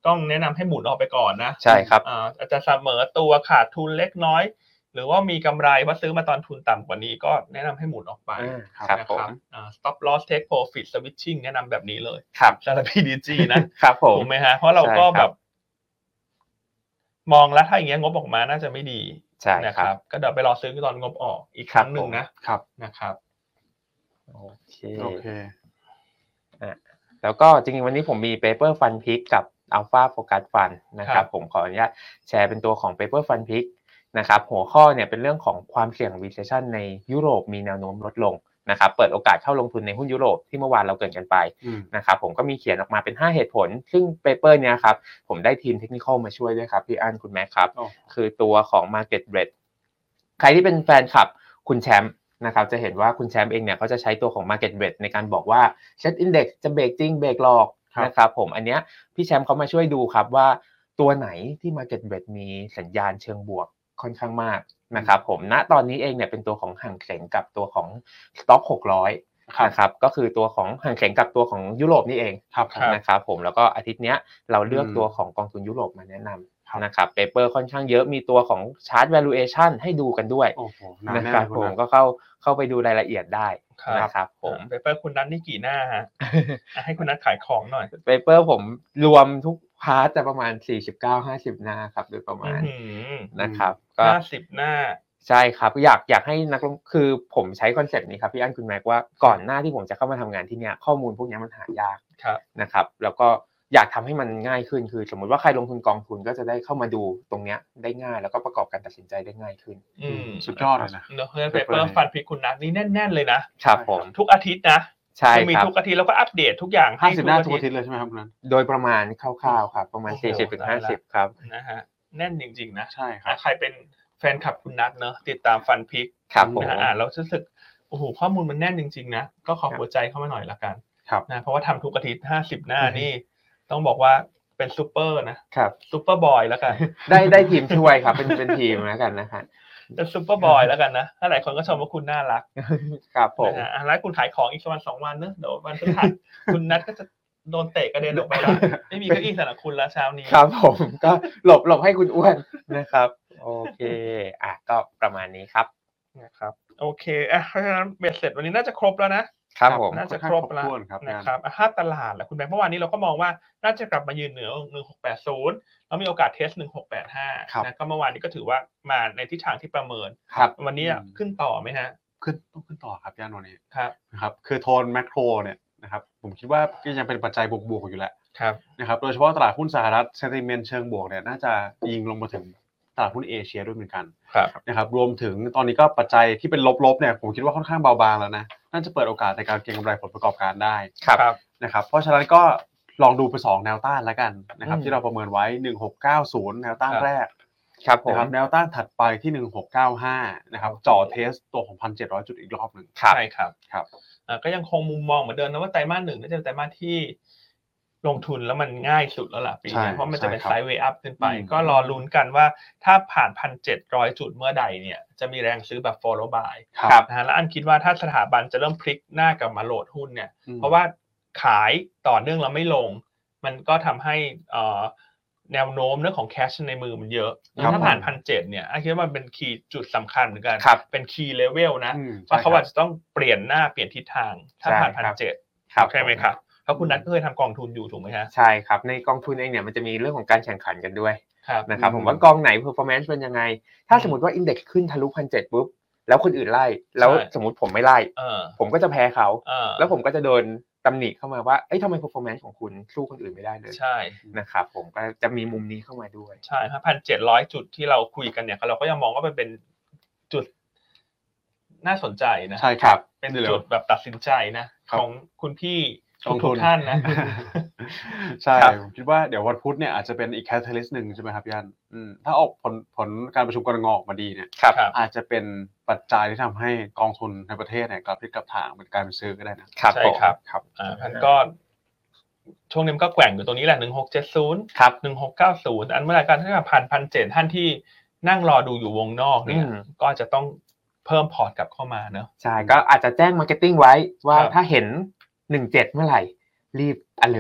ต้องแนะนำให้หมุนออกไปก่อนนะใช่ครับอ่าอาจจะเสมอตัวขาดทุนเล็กน้อยหรือว่ามีกำไรว่าซื้อมาตอนทุนต่ำกว่านี้ก็แนะนำให้หมุนออกไปนะครับอ่า stop loss take profit switching แนะนำแบบนี้เลยครับสำหรับ พี ดี จี นะครับผมถูกไหมฮะเพราะเราก็แบบมองแล้วถ้าอย่างเงี้ยงบออกมาน่าจะไม่ดีนะครับก็เดี๋ยวไปรอซื้อตอนงบออกอีกครั้งหนึ่งนะครับนะครับโอเคโอเคอ่ะแล้วก็จริงๆวันนี้ผมมี Paper Fund Pick กับ Alpha Focus Fund นะครับผมขออนุญาตแชร์เป็นตัวของ Paper Fund Pick นะครับหัวข้อเนี่ยเป็นเรื่องของความเสี่ยง Recession ในยุโรปมีแนวโน้มลดลงนะครับเปิดโอกาสเข้าลงทุนในหุ้นยุโรปที่เมื่อวานเราเกริ่นกันไปนะครับผมก็มีเขียนออกมาเป็นห้าเหตุผลซึ่ง Paper เนี้ยครับผมได้ทีม Technical มาช่วยด้วยครับพี่อั้นคุณแม็กครับคือตัวของ Market Breadth ใครที่เป็นแฟนคลับคุณแชมป์นะครับจะเห็นว่าคุณแชมป์เองเนี่ยเขาจะใช้ตัวของ Market Breadth ในการบอกว่า Set Index จะเบรกจริงเบรกหลอกนะครับผมอันเนี้ยพี่แชมป์เขามาช่วยดูครับว่าตัวไหนที่ Market Breadth มีสัญญาณเชิงบวกค่อนข้างมากนะครับผมณตอนนี้เองเนี่ยเป็นตัวของห่างเส็งกับตัวของ Stock หกร้อยนะครับก็คือตัวของห่างเส็งกับตัวของยุโรปนี่เองนะครับผมแล้วก็อาทิตย์เนี้ยเราเลือกตัวของกองทุนยุโรปมาแนะนำนะครับเปเปอร์ค่อนข้างเยอะมีตัวของ Chart Valuation ให้ดูกันด้วยนะครับผมก็เข้าเข้าไปดูรายละเอียดได้นะครับผมเปเปอร์คุณนัทนี่กี่หน้าฮะให้คุณนัทขายของหน่อยเปเปอร์ผมรวมทุกพาร์ทจะประมาณสี่สิบเก้า ห้าสิบหน้าครับโดยประมาณนะครับก็ห้าสิบหน้าใช่ครับอยากอยากให้นักลงคือผมใช้คอนเซ็ปต์นี้ครับพี่อั้นคุณแม็กว่าก่อนหน้าที่ผมจะเข้ามาทำงานที่เนี้ยข้อมูลพวกนี้มันหายากนะครับแล้วก็อยากทำให้มันง่ายขึ้นคือสมมุติว่าใครลงทุนกองทุนก็จะได้เข้ามาดูตรงเนี้ยได้ง่ายแล้วก็ประกอบการตัดสินใจได้ง่ายขึ้นสุดยอดเลยนะเนอะเปเปอร์ฟันพิกคุณนัทนี่แน่นๆเลยนะครับผมทุกอาทิตย์นะใช่มีทุกอาทิตย์แล้วก็อัปเดตทุกอย่างให้ทุกอาทิตย์เลยใช่ไหมครับนั้นโดยประมาณคร่าวๆครับประมาณ สี่สิบถึงห้าสิบ ครับนะฮะแน่นจริงๆนะใช่ครับใครเป็นแฟนคลับคุณนัทเนอะติดตามฟันพิกนะฮะอ่านแล้วรู้สึกโอ้โหข้อมูลมันแน่นจริงๆนะก็ขอหัวใจเข้ามาหน่อยละกันนะเพราะว่าทำทุกอาทิตย์ห้าสิบหน้านี่ต้องบอกว่าเป็นซูเปอร์นะครับซูเปอร์บอยแล้วกันได้ได้ทีมช่วยครับเป็นเป็นทีมแล้วกันนะฮะเป็นซูเปอร์บอยแล้วกันนะถ้าหลายคนก็ชมว่าคุณน่ารักครับผมนะฮะแล้วคุณขายของอีกวันสองวันเนอะเดี๋ยววันพฤหัสคุณนัทก็จะโดนเตะกระเด็นออกไปแล้วไม่มีเก้าอี้สำหรับคุณแล้วเช้านี้ครับผมก็หลบหลบให้คุณอ้วนนะครับโอเคอ่ะก็ประมาณนี้ครับนะครับโอเคอ่ะเพราะฉะนั้นเบ็ดเสร็จวันนี้น่าจะครบแล้วนะครับผมน่าจะครบแล้วนะครับภาพตลาดแหละคุณแบงค์เมื่อวานนี้เราก็มองว่าน่าจะกลับมายืนเหนือหนึ่งหกแปดศูนย์แล้วมีโอกาสเทสหนึ่งหกแปดห้านะก็เมื่อวานนี้ก็ถือว่ามาในทิศทางที่ประเมินวันนี้ขึ้นต่อไหมฮะขึ้นต้องขึ้นต่อครับย่านวันนี้ครับนะครับคือโทนแมคโครเนี่ยนะครับผมคิดว่าก็ยังเป็นปัจจัยบวกๆอยู่แหละครับนะครับโดยเฉพาะตลาดหุ้นสหรัฐเซนติเมนต์เชิงบวกเนี่ยน่าจะยิงลงมาถึงตลาดหุ้นเอเชียด้วยเหมือนกันนะครับรวมถึงตอนนี้ก็ปัจจัยที่เป็นลบๆเนี่ยผมคิดว่าค่อนข้างเบาบางแล้วนะน่าจะเปิดโอกาสในการเก็งกำไรผลประกอบการได้นะครับเพราะฉะนั้นก็ลองดูไปสองแนวต้านแล้วกันนะครับที่เราประเมินไว้หนึ่งหกเก้าศูนย์แนวต้านแรกครับผมแนวต้านถัดไปที่หนึ่งหกเก้าห้านะครับจ่อเทสตัวของ หนึ่งพันเจ็ดร้อย จุดอีกรอบนึงใช่ครับครับอ่าก็ยังคงมุมมองเหมือนเดิมนะว่าไตรมาสหนึ่งน่าจะเป็นไตรมาสที่ลงทุนแล้วมันง่ายสุดแล้วล่ะปีนี้เพราะมันจะเป็นไซด์เวย์อัพขึ้นไปก็รอลุ้นกันว่าถ้าผ่าน หนึ่งพันเจ็ดร้อย จุดเมื่อใดเนี่ยจะมีแรงซื้อแบบ follow buy นะฮะแล้วอันคิดว่าถ้าสถาบันจะเริ่มพลิกหน้ากลับมาโหลดหุ้นเนี่ยเพราะว่าขายต่อเนื่องแล้วไม่ลงมันก็ทำให้อ่าแนวโน้มเรื่องของแคชในมือมันเยอะถ้าผ่าน หนึ่งพันเจ็ดร้อย เนี่ยอันคิดว่ามันเป็นคีย์จุดสำคัญเหมือนกันเป็นคีย์เลเวลนะว่าเขาอาจจะต้องเปลี่ยนหน้าเปลี่ยนทิศทางถ้าผ่าน หนึ่งพันเจ็ดร้อย ใช่ไหมครับเพราะคุณนัทเคยทำกองทุนอยู่ถูกไหมฮะใช่ครับในกองทุนเองเนี่ยมันจะมีเรื่องของการแข่งขันกันด้วยนะครับผมว่ากองไหน performance เป็นยังไงถ้าสมมติว่า index ขึ้นทะลุ หนึ่งพันเจ็ดร้อย ปุ๊บแล้วคนอื่นไล่แล้วสมมติผมไม่ไล่ผมก็จะแพ้เขาแล้วผมก็จะโดนตำหนิเข้ามาว่าเอ้ยทำไม performance ของคุณสู้คนอื่นไม่ได้เลยใช่นะครับผมก็จะมีมุมนี้เข้ามาด้วยใช่ครับ หนึ่งพันเจ็ดร้อย จุดที่เราคุยกันเนี่ยเราก็ยังมองว่ามันเป็นจุดน่าสนใจนะใช่ครับเป็นจุดแบบตัดสินใจนะของคุณพี่ทุกท่านนะใช่ผมคิดว่าเดี๋ยววันพุธเนี่ยอาจจะเป็นอีกแคทาลิสต์นึงใช่ไหมครับยันถ้าออกผลผลการประชุมกรงออกมาดีเนี่ยอาจจะเป็นปัจจัยที่ทำให้กองทุนในประเทศเนี่ยกลับทิศกลับทางเป็นการไปซื้อก็ได้นะใช่ครับครับอ่าพันก็ช่วงนี้มันก็แกว่งอยู่ตรงนี้แหละหนึ่งหกเจ็ดศูนย์ครับหนึ่งหกเก้าศูนย์อันเมื่อไหร่กันที่ผ่าน หนึ่งพันเจ็ดร้อย ท่านที่นั่งรอดูอยู่วงนอกเนี่ยก็จะต้องเพิ่มพอร์ตกลับเข้ามาเนอะใช่ก็อาจจะแจ้งมาร์เก็ตติ้งไว้ว่าถ้าเห็นหนึ่งเจ็ดเมื่อไหร่รีบ alert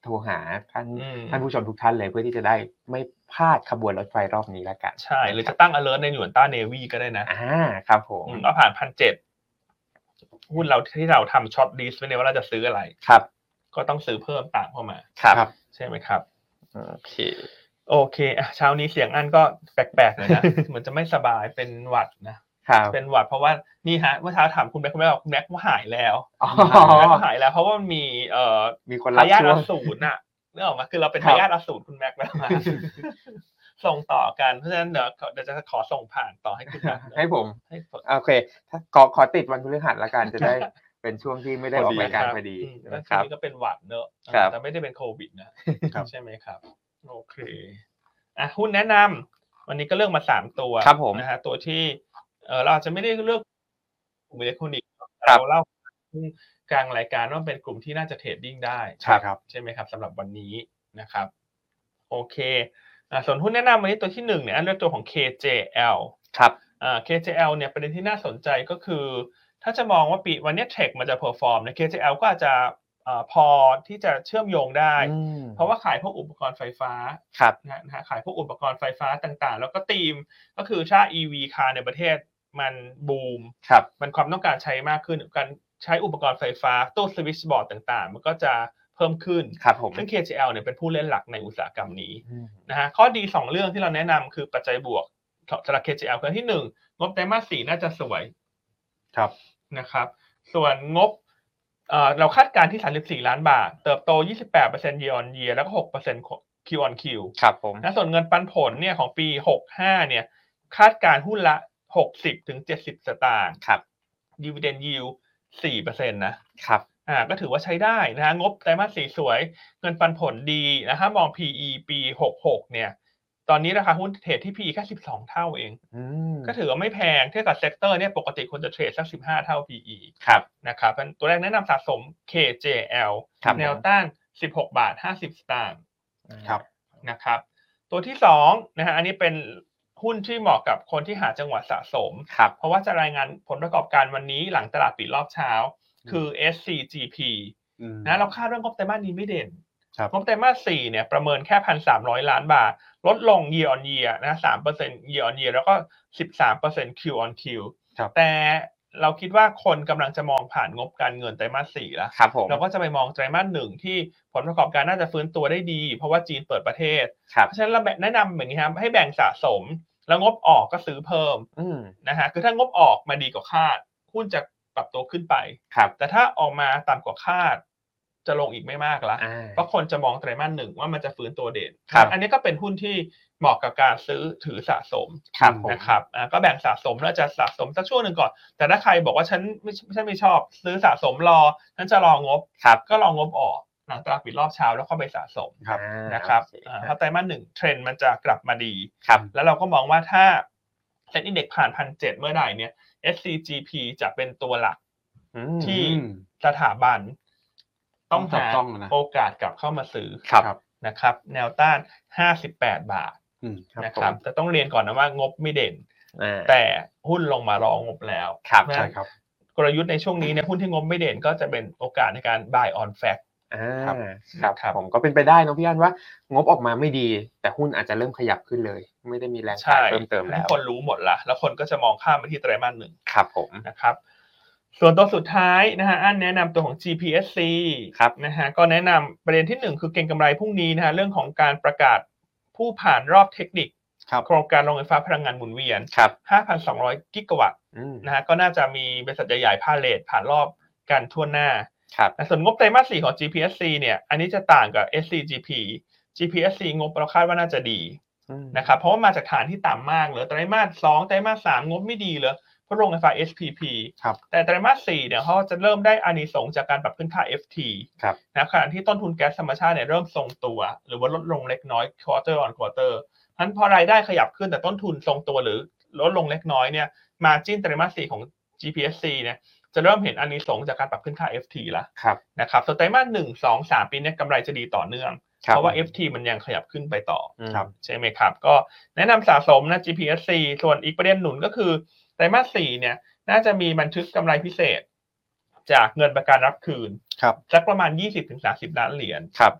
โทรหาท่านท่านผู้ชมทุกท่านเลยเพื่อที่จะได้ไม่พลาดขบวนรถไฟรอบนี้แล้วกันใช่หรือจะตั้ง alert ในหน่วยต้า Navy ก็ได้นะอ่าครับผมก็ผ่าน หนึ่งพันเจ็ดร้อย หุ้นเราที่เราทำช็อตลิสต์ไว้เนี่ยว่าเราจะซื้ออะไรครับก็ต้องซื้อเพิ่มตามเข้ามาครับใช่ไหมครับโอเคโอเคอ่ะเช้านี้เสียงอันก็แปลกๆเลยนะเหมือนจะไม่สบายเป็นหวัดนะเป็นหวัดเพราะว่านี่ฮะเมื่อเช้าถามคุณแม็กคุณแม็กบอกคุณแม็กว่าหายแล้วหายแล้วเพราะว่ามันมีเอ่อมีคนทายาทอสูรน่ะนึกออกมาคือเราเป็นทายาทอสูรคุณแม็กแล้วมาส่งต่อกันเพราะฉะนั้นเดี๋ยวเดี๋ยวจะขอส่งผ่านต่อให้คุณแม็กให้ผมโอเคถ้าขอขอติดวันพฤหัสละกันจะได้เป็นช่วงที่ไม่ได้ออกรายการพอดีนะครับนี่ก็เป็นหวัดเนอะแต่ไม่ได้เป็นโควิดนะใช่ไหมครับโอเคอ่ะหุ้นแนะนำวันนี้ก็เลือกมาสามตัวนะฮะตัวที่เออเราอาจจะไม่ได้เลือกกลุ่มอิเล็กทรอนิกส์เราเล่ากลางรายการว่าเป็นกลุ่มที่น่าจะเทรดดิ้งได้ใช่ไหมครับสำหรับวันนี้นะครับโอเคอ่าส่วนหุ้นแนะนำวันนี้ตัวที่หนึ่งเนี่ยอันเลือกตัวของ เค เจ แอลครับอ่า เค เจ แอล เนี่ยประเด็นที่น่าสนใจก็คือถ้าจะมองว่าปีวันนี้เทคมันจะเพอร์ฟอร์มเนี่ย เค เจ แอล ก็อาจจะอ่าพอที่จะเชื่อมโยงได้เพราะว่าขายพวกอุปกรณ์ไฟฟ้าครับนะฮะขายพวกอุปกรณ์ไฟฟ้าต่างๆแล้วก็ธีมก็คือถ้า อี วี car ในประเทศมันบูมมันความต้องการใช้มากขึ้นการใช้อุปกรณ์ไฟฟ้าตู้สวิตช์บอร์ดต่างๆมันก็จะเพิ่มขึ้นซึ่ง เค เจ แอล เนี่ยเป็นผู้เล่นหลักในอุตสาหกรรมนี้นะฮะข้อดีสองเรื่องที่เราแนะนำคือปัจจัยบวกสำหรับ เค เจ แอล คือที่หนึ่งงบไตรมาสสี่น่าจะสวยครับนะครับส่วนงบเอ่อเราคาดการณ์ที่สามสิบสี่ล้านบาทเติบโต ยี่สิบแปดเปอร์เซ็นต์ year on year แล้วก็ หกเปอร์เซ็นต์ Q on Q ครับผมนะส่วนเงินปันผลเนี่ยของปีหกสิบห้าเนี่ยคาดการณ์หุ้นละหกสิบถึงเจ็ดสิบสตางค์ครับ dividend yield สี่เปอร์เซ็นต์ นะครับอ่าก็ถือว่าใช้ได้นะฮะงบไตรมาสสี่สวยเงินปันผลดีนะฮะมอง พี อี ปีหกสิบหกเนี่ยตอนนี้ราคาหุ้นเทรดที่ พี อี แค่สิบสองเท่าเองก็ถือว่าไม่แพงเทียบกับเซกเตอร์เนี่ยปกติควรจะเทรดสักสิบห้าเท่า พี อีครับนะครับตัวแรกแนะนำสะสม เค เจ แอล แนวต้านสิบหกบาทห้าสิบสตางค์ครับนะครับตัวที่สองนะฮะอันนี้เป็นหุ้นที่เหมาะกับคนที่หาจังหวะสะสมเพราะว่าจะรายงานผลประกอบการวันนี้หลังตลาดปิดรอบเช้าคือ เอส ซี จี พี นะเราคาดว่างบไตรมาสนี้ไม่เด่นงบไตรมาสสี่เนี่ยประเมินแค่ หนึ่งพันสามร้อย ล้านบาทลดลง year on year นะ สามเปอร์เซ็นต์ year on year แล้วก็ สิบสามเปอร์เซ็นต์ Q on Q แต่เราคิดว่าคนกำลังจะมองผ่านงบการเงินไตรมาสสี่แล้วเราก็จะไปมองไตรมาสหนึ่งที่ผลประกอบการน่าจะฟื้นตัวได้ดีเพราะว่าจีนเปิดประเทศเพราะฉะนั้นเราแนะนำแบบนี้ครับให้แบ่งสะสมแล้วงบออกก็ซื้อเพิ่มนะฮะคือถ้างบออกมาดีกว่าคาดหุ้นจะปรับตัวขึ้นไปแต่ถ้าออกมาต่ำกว่าคาดจะลงอีกไม่มากละเพราะคนจะมองไตรมาสหนึ่งว่ามันจะฟื้นตัวเด่นอันนี้ก็เป็นหุ้นที่เหมาะกับการซื้อถือสะสมนะครับก็แบ่งสะสมแล้วจะสะสมสักช่วงหนึ่งก่อนแต่ถ้าใครบอกว่าฉันไม่ฉันไม่ชอบซื้อสะสมรอฉันจะรองบก็รองบออกหลังตลาดปิดรอบเช้าแล้วเข้าไปสะสมนะครับเพราะไตรมาสหนึ่งเทรนด์มันจะกลับมาดีแล้วเราก็มองว่าถ้าเซ็นอินเด็กซ์ผ่าน หนึ่งพันเจ็ดร้อย เมื่อใดเนี่ย เอส ซี จี พี จะเป็นตัวหลักที่สถาบันต้องหาโอกาสกลับเข้ามาซื้อนะครับแนวต้านห้าสิบแปดบาทนะครับแต่ต้องเรียนก่อนนะว่างบไม่เด่นแต่หุ้นลงมารองบแล้วใช่ครับกลยุทธ์ในช่วงนี้เนี่ยหุ้นที่งบไม่เด่นก็จะเป็นโอกาสในการ buy on fact อ่าครับผมก็เป็นไปได้นะพี่อันว่างบออกมาไม่ดีแต่หุ้นอาจจะเริ่มขยับขึ้นเลยไม่ได้มีแรงขายเพิ่มเติมแล้วคนรู้หมดละแล้วคนก็จะมองข้ามไปที่ไตรมาสหนึ่งครับผมนะครับส่วนตัวสุดท้ายนะฮะอันแนะนำตัวของ จี พี เอส ซีครับนะฮะก็แนะนำประเด็นที่หนึ่งคือเก็งกำไรพรุ่งนี้นะฮะเรื่องของการประกาศผู้ผ่านรอบเทคนิคโครงการโรงไฟฟ้าพลังงานหมุนเวียน ห้าพันสองร้อย กิกะวัตต์นะฮะก็น่าจะมีบริษัทใหญ่ๆพาเลทผ่านรอบกันทั่วหน้าส่วนงบไตรมาสสี่ของ จี พี เอส ซี เนี่ยอันนี้จะต่างกับ เอส ซี จี พี จี พี เอส ซี งบเราคาดว่าน่าจะดีนะครับเพราะว่ามาจากฐานที่ต่ำมากเลยไตรมาสสองไตรมาสสามงบไม่ดีเลยเพราะโรงไฟฟ้า เอส พี พี แต่ไตรมาสสี่เนี่ยเขาจะเริ่มได้อานิสงส์จากการปรับขึ้นค่า เอฟ ที นะขณะที่ต้นทุนแก๊สธรรมชาติเนี่ยเริ่มทรงตัวหรือว่าลดลงเล็กน้อย quarter on quarter งั้นพอรายได้ขยับขึ้นแต่ต้นทุนทรงตัวหรือลดลงเล็กน้อยเนี่ย margin ไตรมาสสี่ของ จี พี เอส ซี เนี่ยจะเริ่มเห็นอานิสงส์จากการปรับขึ้นค่า เอฟ ที แล้วนะครับส่วนไตรมาสหนึ่ง สอง สามปีนี้กำไรจะดีต่อเนื่องเพราะว่า เอฟ ที มันยังขยับขึ้นไปต่อใช่ไหมครับก็แนะนำสะสมนะ จี พี เอส ซี ส่วนอีกประเด็นหนุนก็คือไตรมาสสี่เนี่ยน่าจะมีบันทึกกำไรพิเศษจากเงินประกันรับคืนสักประมาณ ยี่สิบถึงสามสิบ ล้านเหรียญก็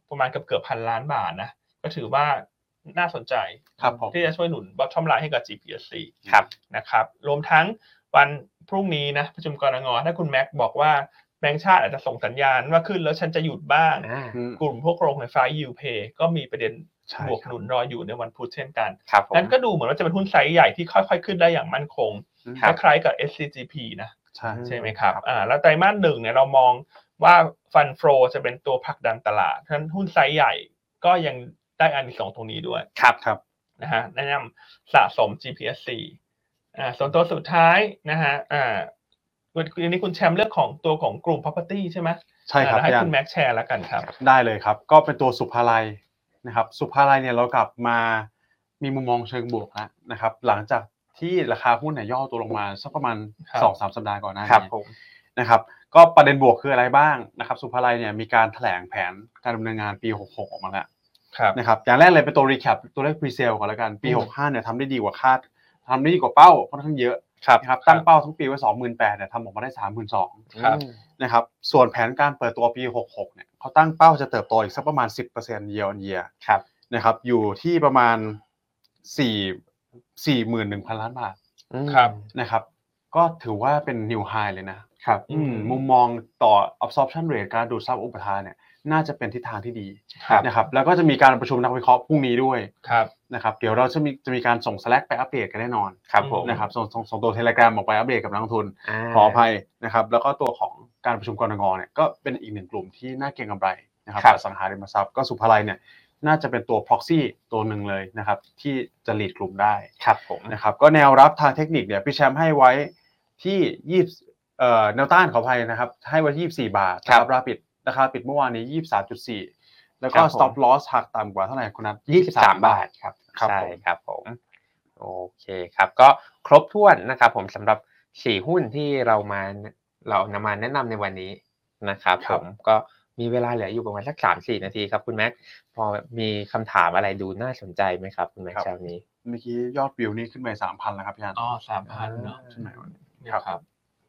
ประมาณเกือบๆพันล้านบาทนะก็ถือว่าน่าสนใจที่จะช่วยหนุน bottom line ให้กับ จี พี เอส ซีครับนะครับรวมทั้งวันพรุ่งนี้นะประชุมกรงงถ้าคุณแม็กบอกว่าแบงก์ชาติอาจจะส่งสัญญาณว่าขึ้นแล้วฉันจะหยุดบ้างกลุ่มพวกโรงไฟฟ้า Yield Pay ก็มีประเด็นบวกหนุนรออยู่ในวันพุธเช่นกันงั้นก็ดูเหมือนว่าจะเป็นหุ้นไซส์ใหญ่ที่ค่อยๆขึ้นได้อย่างมั่นคงคล้ายๆกับ เอส ซี จี พี นะใช่ไหมครับอ่าแล้วไตรมาสหนึ่งเนี่ยเรามองว่าฟันโฟลจะเป็นตัวผลักดันตลาดฉะนั้นหุ้นไซส์ใหญ่ก็ยังได้อานิสงส์ตรงนี้ด้วยครับครับนะฮะแนะนำสะสม จี พี เอส ซี อ่าส่วนตัวสุดท้ายนะฮะอ่าวันนี้คุณแชมป์เลือกของตัวของกลุ่ม property ใช่ไหมใช่ครับให้คุณแม็กแชร์แล้วกันครับได้เลยครับก็เป็นตัวสุภาลัยนะครับสุภาลัยเนี่ยเรากลับมามีมุมมองเชิงบวกแล้วนะครับหลังจากที่ราคาหุ้นเนี่ยย่อตัวลงมาสักประมาณ สองถึงสาม สัปดาห์ก่อนหน้านี้นะครับก็ประเด็นบวกคืออะไรบ้างนะครับสุภาลัยเนี่ยมีการแถลงแผนการดำเนินงานปีหกสิบหกออกมาแล้วนะครับอย่างแรกเลยเป็นตัว recap ตัวเลข pre-sale ก่อนแล้วกันปีหกสิบห้าเนี่ยทำได้ดีกว่าคาดทำได้ดีกว่าเป้าค่อนข้างเยอะนะครับตั้งเป้าทั้งปีไว้ สองหมื่นแปดพัน เนี่ยทำออกมาได้ สามหมื่นสองพันครับนะครับส่วนแผนการเปิดตัวปีหกสิบหกเนี่ยเขาตั้งเป้าจะเติบโตอีกสักประมาณ สิบเปอร์เซ็นต์ year on year ครับนะครับอยู่ที่ประมาณสี่ สี่หมื่นหนึ่งพัน ล้านบาทครับนะครับก็ถือว่าเป็น new high เลยนะครับมุมมองต่อ absorption rate การดูดซับอุปทานเนี่ยน่าจะเป็นทิศทางที่ดีนะครับแล้วก็จะมีการประชุมนักวิเคราะห์พรุ่งนี้ด้วยนะครับเดี๋ยวเราจะมีจะมีการส่ง Slack ไปอัปเดตกันแน่นอนครับผมนะครับส่งส่งส่งตัว Telegram ออกไปอัปเดตกับนักลงทุนขออภัยนะครับแล้วก็ตัวของการประชุมกรงงเนี่ยก็เป็นอีกหนึ่งกลุ่มที่น่าเก็งกำไรนะครับอสังหาริมทรัพย์ก็สุภาลัยเนี่ยน่าจะเป็นตัว proxy ตัวหนึ่งเลยนะครับที่จะ lead กลุ่มได้ครับผมนะครับก็แนวรับทางเทคนิคเนี่ยพี่แชมป์ให้ไว้ที่ยี่สิบเอ่อแนวต้านขออภัยนะครับให้ไว้ที่ยี่สิบสี่บาทนะครับราคาปิดราคาปิดเมื่อวานนี้ ยี่สิบสามจุดสี่ แล้วก็ stop loss หักต่ำกว่าเท่าไหร่คุณนัทยี่สิบสามบาทครับใช่ครับผมโอเคครับก็ครบถ้วนนะครับผมสำหรับสี่หุ้นที่เรามาเรานำมาแนะนำในวันนี้นะครับผมก็มีเวลาเหลืออยู่ประมาณสัก สามถึงสี่ นาทีครับคุณแม็กพอมีคำถามอะไรดูน่าสนใจไหมครับคุณแม็กเช้านี้เมื่อกี้ยอดวิวนี่ขึ้นไป สามพัน แล้วครับพี่อันอ๋อ สามพัน เนาะใช่ไหมครับ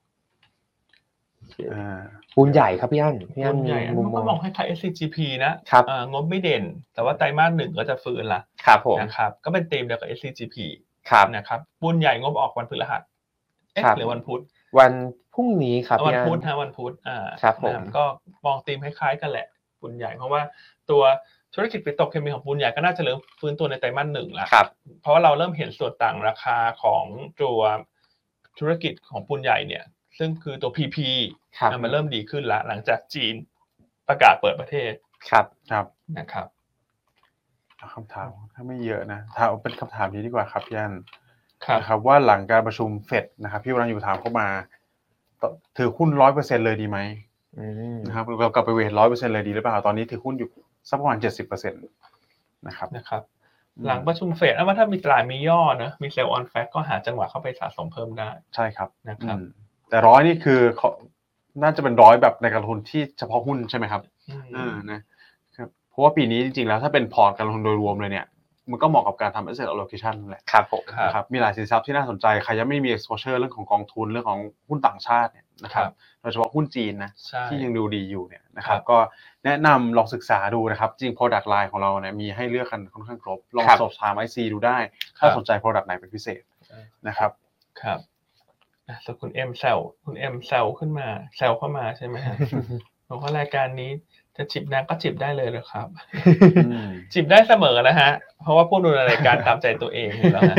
หุ้นใหญ่ครับพี่อั้นพี่อั้นมีมุมมองคล้ายๆ เอส ซี จี พี นะครับงบไม่เด่นแต่ว่าไตรมาสหนึ่งก็จะฟื้นละครับผมนะครับก็เป็นธีมเดียวกับ เอส ซี จี พีครับนะครับหุ้นใหญ่งบออกวันพฤหัสเอ๊ะหรือวันพุธวันพรุ่งนี้ครับวันพุธฮะวันพุธอ่าครับผมก็มองธีมคล้ายๆกันแหละหุ้นใหญ่เพราะว่าตัวธุรกิจปิโตรเคมีของปูนใหญ่ก็น่าจะเริ่มฟื้นตัวในไตรมาสหนึ่งแล้วเพราะว่าเราเริ่มเห็นส่วนต่างราคาของตัวธุรกิจของปูนใหญ่เนี่ยซึ่งคือตัว พี พี มันเริ่มดีขึ้นแล้วหลังจากจีนประกาศเปิดประเทศครับครับนะครับคำถามถ้าไม่เยอะนะถ้าเป็นคำถามนี้ดีกว่าครับพี่อันนะครับว่าหลังการประชุมเฟดนะครับพี่วรัญยูถามเข้ามาถือหุ้น ร้อยเปอร์เซ็นต์ เลยดีไหมนะครับเรากลับไปเวท ร้อยเปอร์เซ็นต์ เลยดีหรือเปล่าตอนนี้ถือหุ้นอยู่สักประมาณ เจ็ดสิบเปอร์เซ็นต์ นะครับนะครับหลังประชุมเฟดว่าถ้ามีตลาดมีย่อนะมีเซลล์ออนแฟกก็หาจังหวะเข้าไปสะสมเพิ่มได้ใช่ครับนะครับแต่ร้อยนี่คือน่าจะเป็นร้อยแบบในการลงทุนที่เฉพาะหุ้นใช่ไหมครับอ่านะครับเพราะว่าปีนี้จริงๆแล้วถ้าเป็นพอร์ตการลงทุนโดยรวมเลยเนี่ยมันก็เหมาะกับการทำ asset allocation นั่นแหละครับผมนะครับมีหลายสินทรัพย์ที่น่าสนใจใครยังไม่มี exposure เรื่องของกองทุนเรื่องของหุ้นต่างชาติเนี่ยนะครับโดยเฉพาะหุ้นจีนนะที่ยังดูดีอยู่เนี่ยนะครับก็แนะนำลองศึกษาดูนะครับจริง product line ของเราเนี่ยมีให้เลือกกันค่อนข้างครบลองสอบถาม ไอ ซี ดูได้ถ้าสนใจ product ไหนเป็นพิเศษนะครับครับส่วนคุณเอ็มแซวคุณเอ็มแซวขึ้นมาแซวเข้ามาใช่ไหมฮะบอกว่ารายการนี้จะจิบน้ำก็จิบได้เลยเหรอครับจิบได้เสมอนะฮะเพราะว่าผู้ดูรายการตามใจตัวเองอยู่แล้วฮะ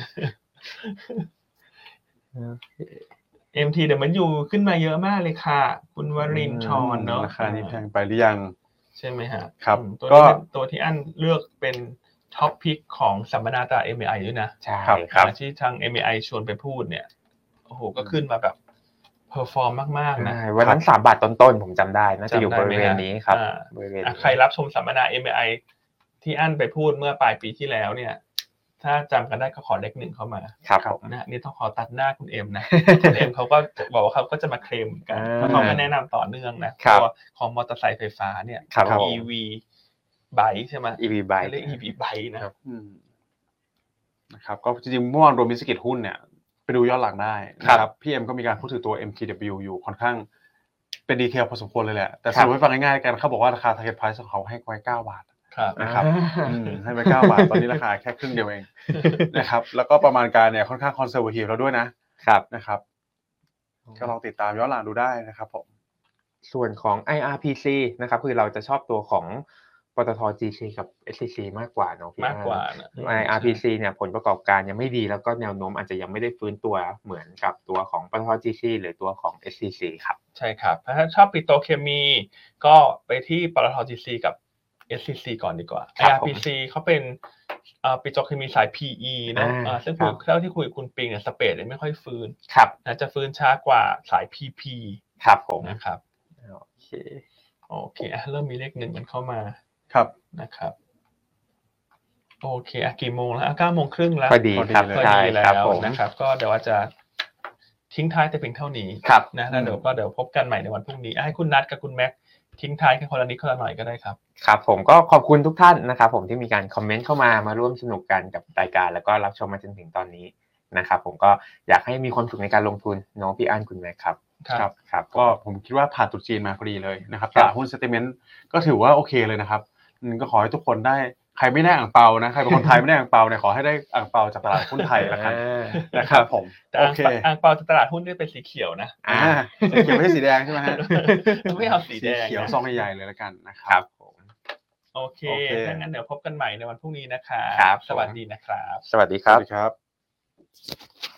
เอ็ม ที เดี๋ยวมันอยู่ขึ้นมาเยอะมากเลยค่ะคุณวรินทร์ชรเนาะราคานี้แพงไปหรือยังใช่ไหมฮะครับตัวนี้ตัวที่อันเลือกเป็นท็อปพิกของสัมมนาตรา เอ็ม เอ ไอ ด้วยนะใช่ครับที่ทาง เอ็ม เอ ไอ ชวนไปพูดเนี่ยโอ้โหก็ขึ้นมาแบบเพอร์ฟอร์มมากๆนะวันนั้นสามบาทต้นๆผมจำได้น่าจะอยู่บริเวณนี้ครับบริเวณใครรับชมสัมมนา เอ็ม เอ ไอ ที่อันไปพูดเมื่อปลายปีที่แล้วเนี่ยถ้าจำกันได้ก็ขอเลขหนึ่งเข้ามาครับนะนี่ต้องขอตัดหน้าคุณเอ็มนะคุณเอ็มเขาก็บอกว่าเขาก็จะมาเคลมกันแล้วเขาก็แนะนำต่อเนื่องนะตัวของมอเตอร์ไซค์ไฟฟ้าเนี่ย อี วี Bike ใช่ไหมอี วี Bike เรียก อี วี Bike นะครับนะครับก็จริงๆเมื่อวานรวมมิสกิจหุ้นเนี่ยไปดูย้อนหลังได้นะครับพี่เอ็มก็มีการพูดถึงตัว เอ็ม ที ดับเบิลยู อยู่ค่อนข้างเป็นดีเทลพอสมควรเลยแหละแต่สรุปให้ฟังง่ายๆกันเขาบอกว่าราคา target price ของเขาให้ไว้เก้าบาทนะครับให้ไปเก้าบาทตอนนี้ราคาแค่ครึ่งเดียวเองนะครับแล้วก็ประมาณการเนี่ยค่อนข้างคอนเซอร์เวทีฟแล้วด้วยนะครับนะครับก็ลองติดตามย้อนหลังดูได้นะครับผมส่วนของ ไอ อาร์ พี ซี นะครับคือเราจะชอบตัวของปตท จี ซี กับ เอส ซี ซี มากกว่าเนาะพี่มากกว่านะไอ อาร์ พี ซี เนี่ยผลประกอบการยังไม่ดีแล้วก็แนวโน้มอาจจะยังไม่ได้ฟื้นตัวเหมือนกับตัวของปตท จี ซี หรือตัวของ เอส ซี ซี ครับใช่ครับถ้าชอบปิโตรเคมีก็ไปที่ปตท จี ซี กับ เอส ซี ซี ก่อนดีกว่า ไอ อาร์ พี ซี เขาเป็นปิโตรเคมีสาย พี อี เนาะซึ่งคุยเท่าที่คุยกับคุณปิงเนี่ยสเปดเนี่ยไม่ค่อยฟื้นนะจะฟื้นช้ากว่าสาย พี พีครับผมนะครับโอเคโอเคเริ่มมีเลขหนึ่งกันเข้ามาครับนะครับโอเคอ่ะกี่โมงแล้วอ่ะเก้าโมงครึ่งแล้วพอดีครับพอดีแล้วนะครับก็เดี๋ยวว่าจะทิ้งท้ายแต่เพียงเท่านี้นะแล้วเดี๋ยวก็เดี๋ยวพบกันใหม่ในวันพรุ่งนี้ให้คุณนัทกับคุณแม็กทิ้งท้ายแค่คนละนิดคนละหน่อยก็ได้ครับครับผมก็ขอบคุณทุกท่านนะครับผมที่มีการคอมเมนต์เข้ามามาร่วมสนุกกันกับรายการแล้วก็รับชมมาจนถึงตอนนี้นะครับผมก็อยากให้มีความสุขในการลงทุนน้องพี่อั้นคุณแม็กครับครับครับก็ผมคิดว่าผ่านตรุษจีนมาพอดีเลยนะครับตลาดหุ้นเซนติเมนต์ก็ถือว่าโอเคเลยนะครับก็ขอให้ทุกคนได้ใครไม่ได้อ่างเปานะใครเป็นคนไทยไม่ได้อ่างเปาเนี่ยขอให้ได้อ่างเปาจากตลาดหุ้นไทยแล้วกันนะครับผมโอเคอ่างเปาจากตลาดหุ้นนี่เป็นสีเขียวนะอ่าสีเขียวไม่ใช่สีแดงใช่ไหมฮะไม่เอาสีแดงเขียวซองใหญ่ๆเลยแล้วกันนะครับผมโอเคถ้างั้นเดี๋ยวพบกันใหม่ในวันพรุ่งนี้นะครับสวัสดีนะครับสวัสดีครับสวัสดีครับ